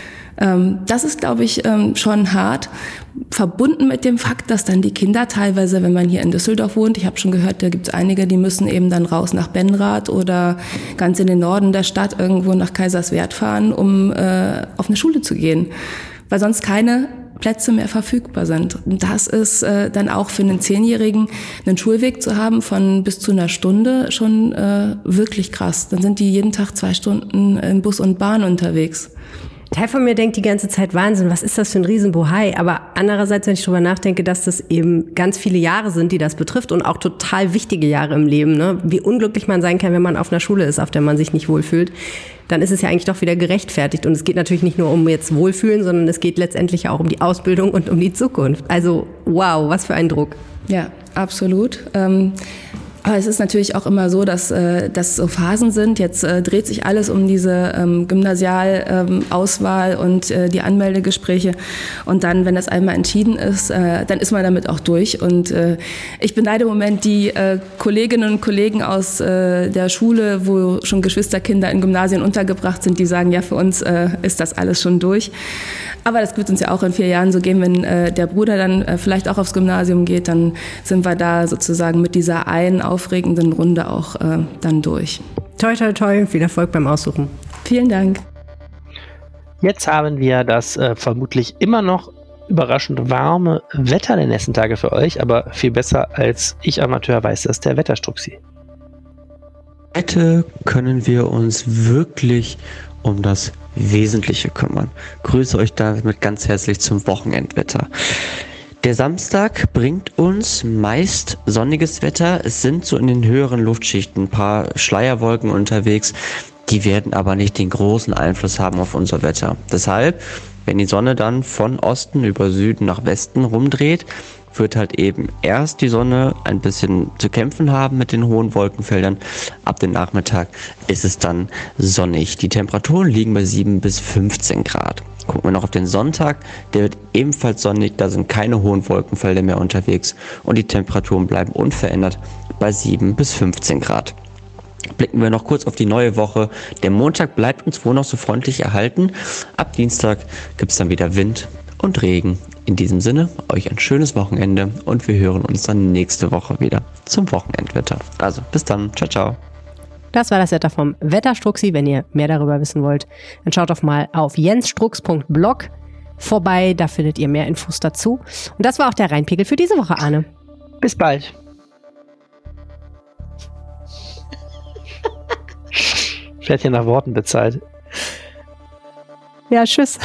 S7: das ist, glaube ich, schon hart. Verbunden mit dem Fakt, dass dann die Kinder teilweise, wenn man hier in Düsseldorf wohnt, ich habe schon gehört, da gibt es einige, die müssen eben dann raus nach Benrath oder ganz in den Norden der Stadt irgendwo nach Kaiserswerth fahren, um auf eine Schule zu gehen, weil sonst keine Plätze mehr verfügbar sind. Und das ist dann auch für einen 10-Jährigen einen Schulweg zu haben von bis zu einer Stunde schon wirklich krass. Dann sind die jeden Tag 2 Stunden in Bus und Bahn unterwegs.
S2: Teil von mir denkt die ganze Zeit, Wahnsinn, was ist das für ein Riesenbohai? Aber andererseits, wenn ich drüber nachdenke, dass das eben ganz viele Jahre sind, die das betrifft und auch total wichtige Jahre im Leben, ne? Wie unglücklich man sein kann, wenn man auf einer Schule ist, auf der man sich nicht wohlfühlt, dann ist es ja eigentlich doch wieder gerechtfertigt. Und es geht natürlich nicht nur um jetzt Wohlfühlen, sondern es geht letztendlich auch um die Ausbildung und um die Zukunft. Also wow, was für ein Druck.
S7: Ja, absolut. Aber es ist natürlich auch immer so, dass das so Phasen sind. Jetzt dreht sich alles um diese Gymnasialauswahl und die Anmeldegespräche. Und dann, wenn das einmal entschieden ist, dann ist man damit auch durch. Und ich beneide im Moment die Kolleginnen und Kollegen aus der Schule, wo schon Geschwisterkinder in Gymnasien untergebracht sind, die sagen, ja, für uns ist das alles schon durch. Aber das wird uns ja auch in 4 Jahren so gehen, wenn der Bruder dann vielleicht auch aufs Gymnasium geht, dann sind wir da sozusagen mit dieser einen aufregenden Runde auch dann durch.
S2: Toi, toi, toi, viel Erfolg beim Aussuchen.
S7: Vielen Dank.
S1: Jetzt haben wir das vermutlich immer noch überraschend warme Wetter der nächsten Tage für euch, aber viel besser als ich Amateur weiß das der Wetterstruxi.
S8: Heute können wir uns wirklich um das Wesentliche kümmern. Grüße euch damit ganz herzlich zum Wochenendwetter. Der Samstag bringt uns meist sonniges Wetter. Es sind so in den höheren Luftschichten ein paar Schleierwolken unterwegs. Die werden aber nicht den großen Einfluss haben auf unser Wetter. Deshalb, wenn die Sonne dann von Osten über Süden nach Westen rumdreht, wird halt eben erst die Sonne ein bisschen zu kämpfen haben mit den hohen Wolkenfeldern. Ab dem Nachmittag ist es dann sonnig. Die Temperaturen liegen bei 7 bis 15 Grad. Gucken wir noch auf den Sonntag, der wird ebenfalls sonnig, da sind keine hohen Wolkenfelder mehr unterwegs und die Temperaturen bleiben unverändert bei 7 bis 15 Grad. Blicken wir noch kurz auf die neue Woche. Der Montag bleibt uns wohl noch so freundlich erhalten. Ab Dienstag gibt es dann wieder Wind und Regen. In diesem Sinne, euch ein schönes Wochenende und wir hören uns dann nächste Woche wieder zum Wochenendwetter. Also bis dann, ciao, ciao.
S2: Das war das Wetter vom Wetterstruxi. Wenn ihr mehr darüber wissen wollt, dann schaut doch mal auf jensstrux.blog vorbei, da findet ihr mehr Infos dazu. Und das war auch der Rheinpegel für diese Woche, Arne.
S1: Bis bald. Ich werde hier nach Worten bezahlt.
S2: Ja, tschüss.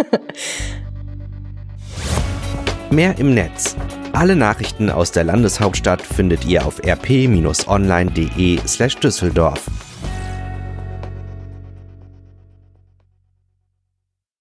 S3: Mehr im Netz. Alle Nachrichten aus der Landeshauptstadt findet ihr auf rp-online.de/Düsseldorf.